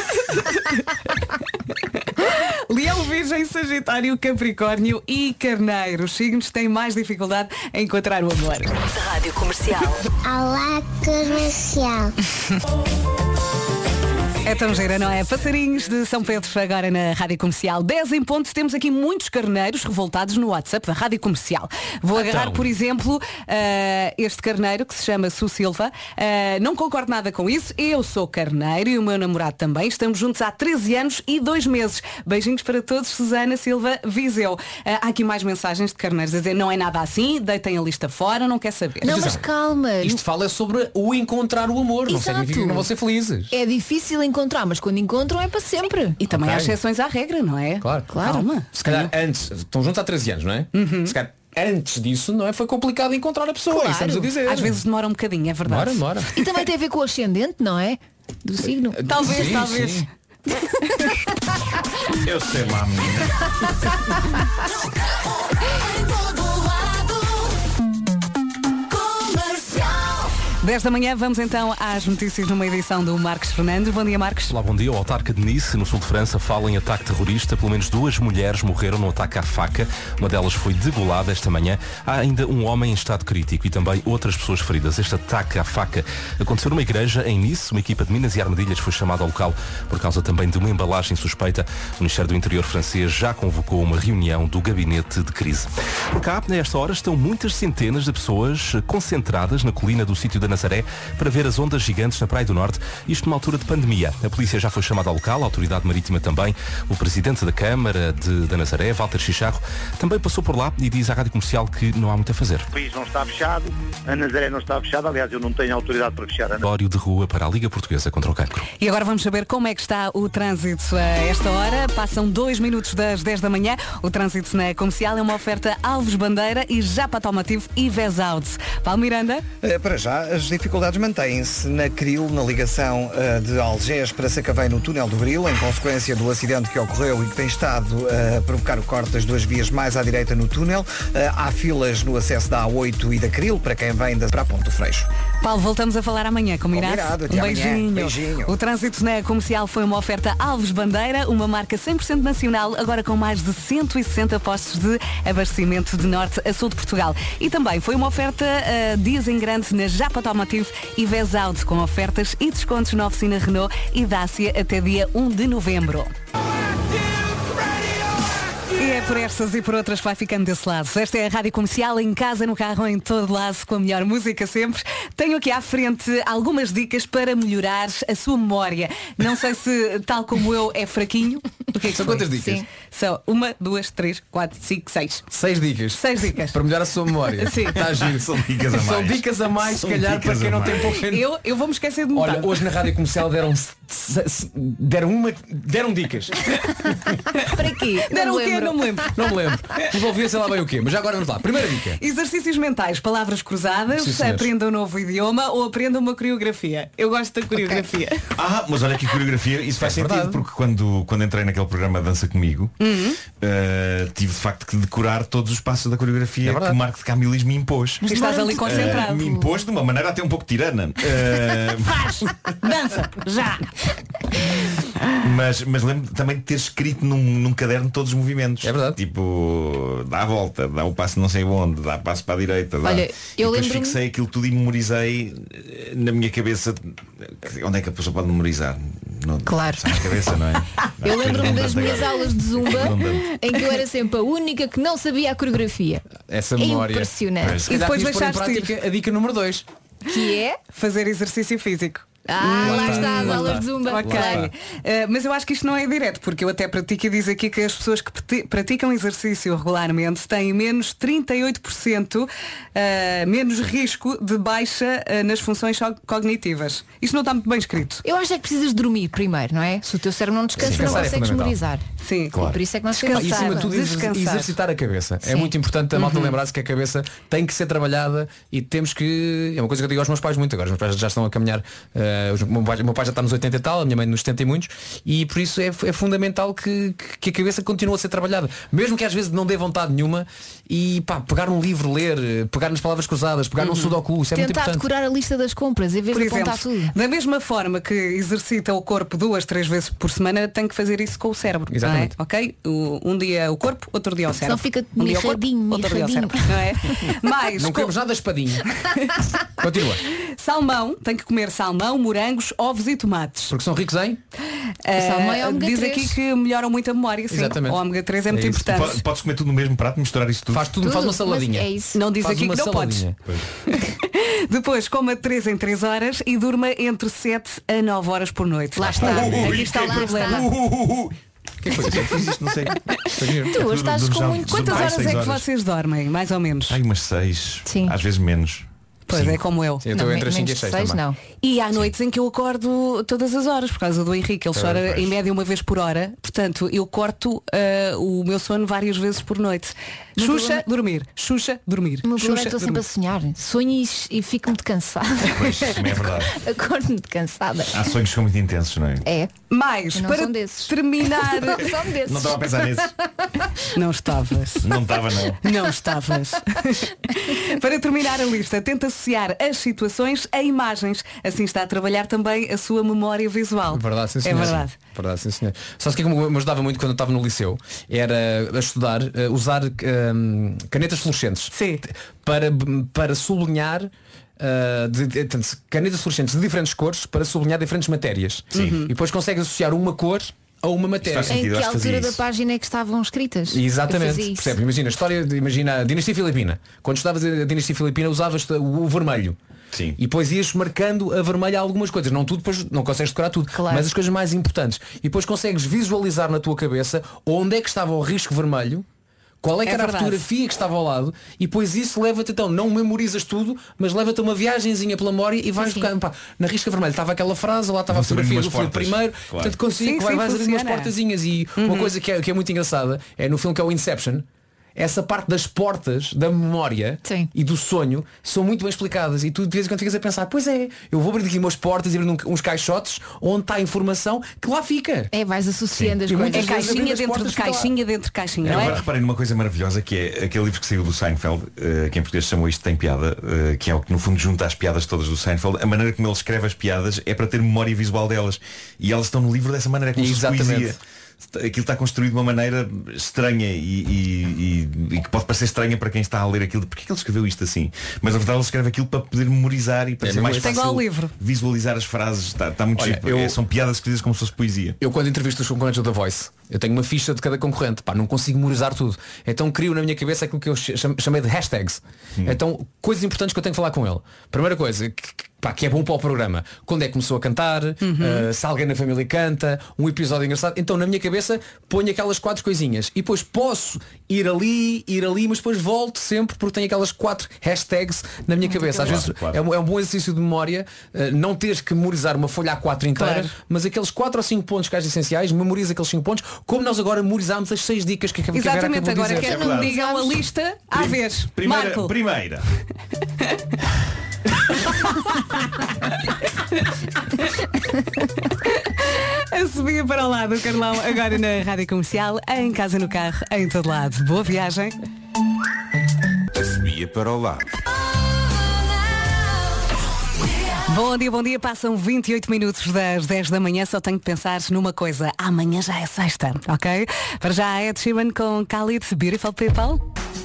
Leão, Virgem, Sagitário, Capricórnio e Carneiro. Os signos têm mais dificuldade em encontrar o amor. Rádio Comercial. Olá, Comercial. É tão gira, não é? Passarinhos de São Pedro agora na Rádio Comercial. 10 em ponto. Temos aqui muitos carneiros revoltados no WhatsApp da Rádio Comercial. Vou agarrar, por exemplo, este carneiro que se chama Su Silva. Não concordo nada com isso. Eu sou carneiro e o meu namorado também. Estamos juntos há 13 anos e 2 meses. Beijinhos para todos. Susana Silva Viseu. Há aqui mais mensagens de carneiros a dizer não é nada assim, deitem a lista fora, não quer saber. Não, mas calma. Isto fala sobre o encontrar o amor. Exato. Não significa que não vão ser felizes. É difícil encontrar, mas quando encontram é para sempre. E também há exceções à regra, não é? Claro. Calma. Se calhar antes, estão juntos há 13 anos, não é? Se calhar antes disso, não é? Foi complicado encontrar a pessoa. Claro. Estamos a dizer. Às vezes demora um bocadinho, é verdade. Demora. E também tem a ver com o ascendente, não é? Do signo. Talvez. Sim. Eu sei lá, menina. 10 da manhã, vamos então às notícias numa edição do Marcos Fernandes. Bom dia, Marcos. Olá, bom dia. O autarca de Nice, no sul de França, fala em ataque terrorista. Pelo menos 2 mulheres morreram no ataque à faca. Uma delas foi degolada esta manhã. Há ainda um homem em estado crítico e também outras pessoas feridas. Este ataque à faca aconteceu numa igreja em Nice. Uma equipa de minas e armadilhas foi chamada ao local por causa também de uma embalagem suspeita. O Ministério do Interior francês já convocou uma reunião do gabinete de crise. Por cá, nesta hora, estão muitas centenas de pessoas concentradas na colina do sítio da Nazaré para ver as ondas gigantes na Praia do Norte, isto numa altura de pandemia. A polícia já foi chamada ao local, a autoridade marítima também. O presidente da Câmara da Nazaré, Walter Chicharro, também passou por lá e diz à Rádio Comercial que não há muito a fazer. O país não está fechado, a Nazaré não está fechada, aliás eu não tenho autoridade para fechar a Nazaré. De rua para a Liga Portuguesa contra o Cancro. E agora vamos saber como é que está o trânsito a esta hora. Passam 2 minutos das 10 da manhã. O trânsito na Comercial é uma oferta Alves Bandeira e Japa Automotivo e Vesout. Paulo Miranda? Para já, as dificuldades mantêm-se na Cril, na ligação de Algés para Sacavém, no túnel do Bril, em consequência do acidente que ocorreu e que tem estado a provocar o corte das 2 vias mais à direita no túnel. Há filas no acesso da A8 e da Cril, para quem vem para a Ponte do Freixo. Paulo, voltamos a falar amanhã, combinado? Um beijinho. O trânsito na Comercial foi uma oferta Alves Bandeira, uma marca 100% nacional, agora com mais de 160 postos de abastecimento de norte a sul de Portugal. E também foi uma oferta dias em grande na Japa Automotivo e Vesout, com ofertas e descontos na oficina Renault e Dacia até dia 1 de novembro. E é É por estas e por outras que vai ficando desse lado. Esta é a Rádio Comercial, em casa, no carro, em todo lado, com a melhor música sempre. Tenho aqui à frente algumas dicas para melhorar a sua memória. Não sei se, tal como eu, é fraquinho. O que é que São foi? quantas dicas? Sim. São 1, 2, 3, 4, 5, 6. 6 dicas. 6 dicas. Para melhorar a sua memória. Sim. Está a giro. São dicas a mais. São dicas a mais, se calhar, para quem não tem pouco. Eu vou-me esquecer de metade. Olha, hoje na Rádio Comercial deram dicas. Para quê? Deram o quê? Não me lembro. Não me lembro. Envolvia sei lá bem o quê. Mas já agora vamos lá. Primeira dica. Exercícios mentais, palavras cruzadas, Sim, senhores. aprenda um novo idioma ou aprenda uma coreografia. Eu gosto da coreografia. Mas olha que coreografia, isso faz sentido, verdade. porque quando entrei naquele programa Dança Comigo, tive de facto que decorar todos os passos da coreografia que o Marco de Camilis me impôs. Mas estás ali concentrado. Me impôs de uma maneira até um pouco tirana. Faz! Dança! Já! Mas lembro também de ter escrito num caderno todos os movimentos. É verdade. Tipo, dá a volta, dá o passo não sei onde, dá passo para a direita. Olha, e eu depois lembro-me- fixei aquilo tudo e memorizei na minha cabeça. Onde é que a pessoa pode memorizar? Claro. Na cabeça, não é? Eu lembro-me das Redundante minhas agora. aulas de zumba Redundante. em que eu era sempre a única que não sabia a coreografia. Essa É memória. impressionante. E depois depois pôr em deixaste prática a dica número 2. Que é? Fazer exercício físico. Lá está, as lá aulas está. de zumba. Ok. Claro. Mas eu acho que isto não é direto, porque eu até pratico e diz aqui que as pessoas que praticam exercício regularmente têm menos 38% menos risco de baixa nas funções cognitivas. Isto não está muito bem escrito. Eu acho é que precisas de dormir primeiro, não é? Se o teu cérebro não descansa, Sim, não descansar é consegues fundamental. memorizar. Sim. Claro. E por isso é que nós Descansar. temos E acima de tudo Descansar. exercitar a cabeça. É Sim. muito importante a malta lembrar-se que a cabeça tem que ser trabalhada e temos que. É uma coisa que eu digo aos meus pais muito agora. Os meus pais já estão a caminhar. O meu pai já está nos 80 e tal, a minha mãe nos 70 e muitos. E por isso é fundamental que a cabeça continue a ser trabalhada. Mesmo que às vezes não dê vontade nenhuma. E pegar um livro, ler, pegar nas palavras cruzadas, pegar num sudoku. Isso é muito Tentar importante. decorar a lista das compras em vez Por de exemplo, apontar tudo. da mesma forma que exercita o corpo 2, 3 vezes por semana, tem que fazer isso com o cérebro. Exatamente. Não é? Ok? Um dia o corpo, outro dia o cérebro. fica um dia o corpo, mirradinho, outro dia o mirradinho. cérebro. Não é? Mas Não queremos nada da espadinha. Continua. salmão, tem que comer salmão, morangos, ovos e tomates. Porque são ricos em? salmão é ômega diz 3. aqui que melhoram muito a memória, sim. Exatamente. O ômega 3 é muito isso. importante. Podes comer tudo no mesmo prato, misturar isso tudo. Faz tudo, faz uma saladinha. Mas é isso. Não diz Faz aqui uma que não saladinha. Depois, coma 3 em 3 horas e durma entre 7 a 9 horas por noite. Lá está. Aqui está o problema. O que é que foi? Eu fiz isto, não sei. Tu hoje estás com muito. Quantas Ai, horas 6 é que horas. vocês dormem? Mais ou menos. Ai, umas 6. Sim. Às vezes menos. Pois é, como eu. Sim, eu estou entre as 5 e menos as de 6 também. não. E há noites em que eu acordo todas as horas por causa do Henrique. Ele chora em média uma vez por hora. Portanto, eu corto o meu sono várias vezes por noite. Meu Xuxa, problema- dormir. Xuxa, dormir. O meu problema é Xuxa, que estou sempre a sonhar. Sonho e fico muito cansada. Pois, também é verdade. Acordo muito cansada. Há sonhos que são muito intensos, não é? É. Mais, Eu não para sou desses. terminar. Não são desses. Não estava a pensar nesses. Não estavas. Não estava, não. Não estavas. Para terminar a lista, tenta associar as situações a imagens. Assim está a trabalhar também a sua memória visual. Verdade, sim, É senhor. verdade. Verdade, sim, senhor. Só que me ajudava muito quando eu estava no liceu era a estudar, usar canetas fluorescentes. Sim. Para sublinhar portanto, canetas fluorescentes de diferentes cores para sublinhar diferentes matérias. Sim. E depois consegues associar uma cor a uma matéria. faz sentido. Em eu que acho que fazia altura da isso. página é que estavam escritas? Eu Exatamente. fazia isso. Percebe? Imagina a dinastia filipina. Quando estudavas a dinastia filipina usavas o vermelho. Sim. E depois ias marcando a vermelha algumas coisas. Não tudo, depois não consegues decorar tudo. Claro. Mas as coisas mais importantes. E depois consegues visualizar na tua cabeça onde é que estava o risco vermelho, qual é que É era verdade. a fotografia que estava ao lado, e depois isso leva-te, então, não memorizas tudo, mas leva-te a uma viagenzinha pela memória e vais Sim, tocar. Pá, na risca vermelha estava aquela frase, lá estava a Vão-se abrindo fotografia umas do filme portas. primeiro, Claro. portanto consigo, Sim, vais abrindo umas funciona. portazinhas. E uma coisa que é muito engraçada é no filme que é o Inception. Essa parte das portas da memória Sim. e do sonho são muito bem explicadas e tu de vez em quando ficas a pensar, pois é, eu vou abrir aqui umas portas e abrir uns caixotes onde está a informação que lá fica. É, vais associando as E coisas. muitas É vezes caixinha abrindo as dentro portas de fica lá. caixinha dentro de caixinha, não Agora é? reparem numa coisa maravilhosa que é aquele livro que saiu do Seinfeld, que em português se chamou Isto Tem Piada, que é o que no fundo junta as piadas todas do Seinfeld. A maneira como ele escreve as piadas é para ter memória visual delas. E elas estão no livro dessa maneira, como se fosse Exatamente. poesia. aquilo está construído de uma maneira estranha e que pode parecer estranha para quem está a ler aquilo. Porque é que ele escreveu isto assim? Mas na verdade ele escreve aquilo para poder memorizar e para ser mais fácil visualizar as frases. Está muito chique. São piadas escritas como se fosse poesia. Eu quando entrevisto os concorrentes do The Voice, eu tenho uma ficha de cada concorrente. Não consigo memorizar tudo. Então crio na minha cabeça aquilo que eu chamei de hashtags. Então, coisas importantes que eu tenho que falar com ele. Primeira coisa, que é bom para o programa. Quando é que começou a cantar, se alguém na família canta, um episódio engraçado. Então na minha cabeça ponho aquelas 4 coisinhas. E depois posso ir ali, mas depois volto sempre porque tenho aquelas 4 hashtags na minha cabeça. Às vezes é um bom exercício de memória, não teres que memorizar uma folha A4 inteira, mas aqueles 4 ou 5 pontos que és essenciais, memoriza aqueles 5 pontos, como nós agora memorizámos as 6 dicas que acabamos de dizer. Exatamente, agora quero que me digam a lista à vez. Primeira. A subida para o lado, Carlão, agora na Rádio Comercial, em casa, no carro, em todo lado. Boa viagem. A subida para o lado. Bom dia, passam 28 minutos das 10 da manhã, só tenho que pensar numa coisa, amanhã já é sexta, ok? Para já Ed Sheeran com Khalid, Beautiful People.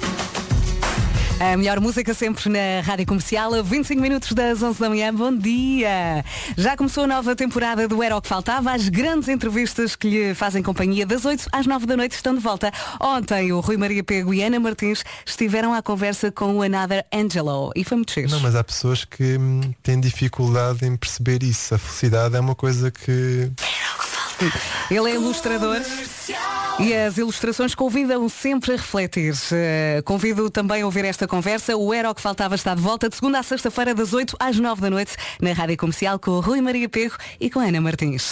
A melhor música sempre na Rádio Comercial, a 25 minutos das 11 da manhã. Bom dia! Já começou a nova temporada do Era o que Faltava. As grandes entrevistas que lhe fazem companhia das 8 às 9 da noite estão de volta. Ontem o Rui Maria Pego e Ana Martins estiveram à conversa com o Another Angelo e foi muito cheio. Não, mas há pessoas que têm dificuldade em perceber isso. A felicidade é uma coisa que... Ele é ilustrador e as ilustrações convidam sempre a refletir. Convido também a ouvir esta conversa. O Era o que Faltava está de volta de segunda a sexta-feira das 8 às 9 da noite na Rádio Comercial com o Rui Maria Pego e com a Ana Martins.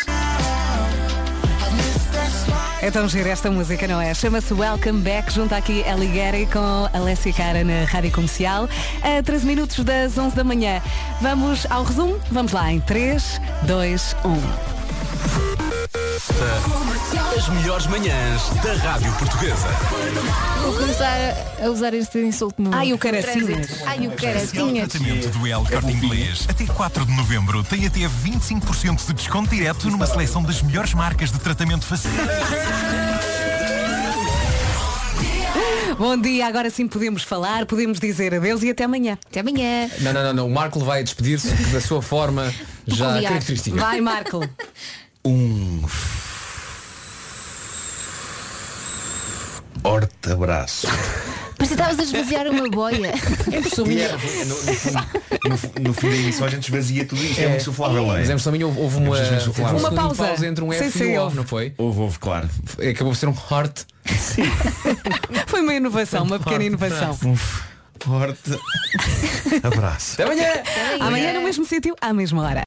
É tão gira esta música, não é? Chama-se Welcome Back, junto aqui Ellie Gary com Alessia Cara na Rádio Comercial. A 13 minutos das 11 da manhã. Vamos ao resumo? Vamos lá em 3, 2, 1. As melhores manhãs da Rádio Portuguesa. Vou começar a usar este insulto no... Ai, o caracinhas. Ai, o caracinhas. Tratamento do El Corte Inglês. Até 4 de novembro tem até 25% de desconto direto numa seleção das melhores marcas de tratamento facial. Bom dia, agora sim podemos falar, podemos dizer adeus e até amanhã. Até amanhã. Não. O Marco vai despedir-se da sua forma já característica. Vai, Marco. Forte abraço. Mas você estavas a esvaziar uma boia. No fim da emissão a gente esvazia tudo isto. É muito insuflável. Mas é minha, houve uma pausa entre um F e um O, não foi? Houve, claro. Acabou por ser um heart. Sim. Foi uma inovação, uma pequena inovação. Forte abraço. Até amanhã. Amanhã no mesmo sítio, à mesma hora.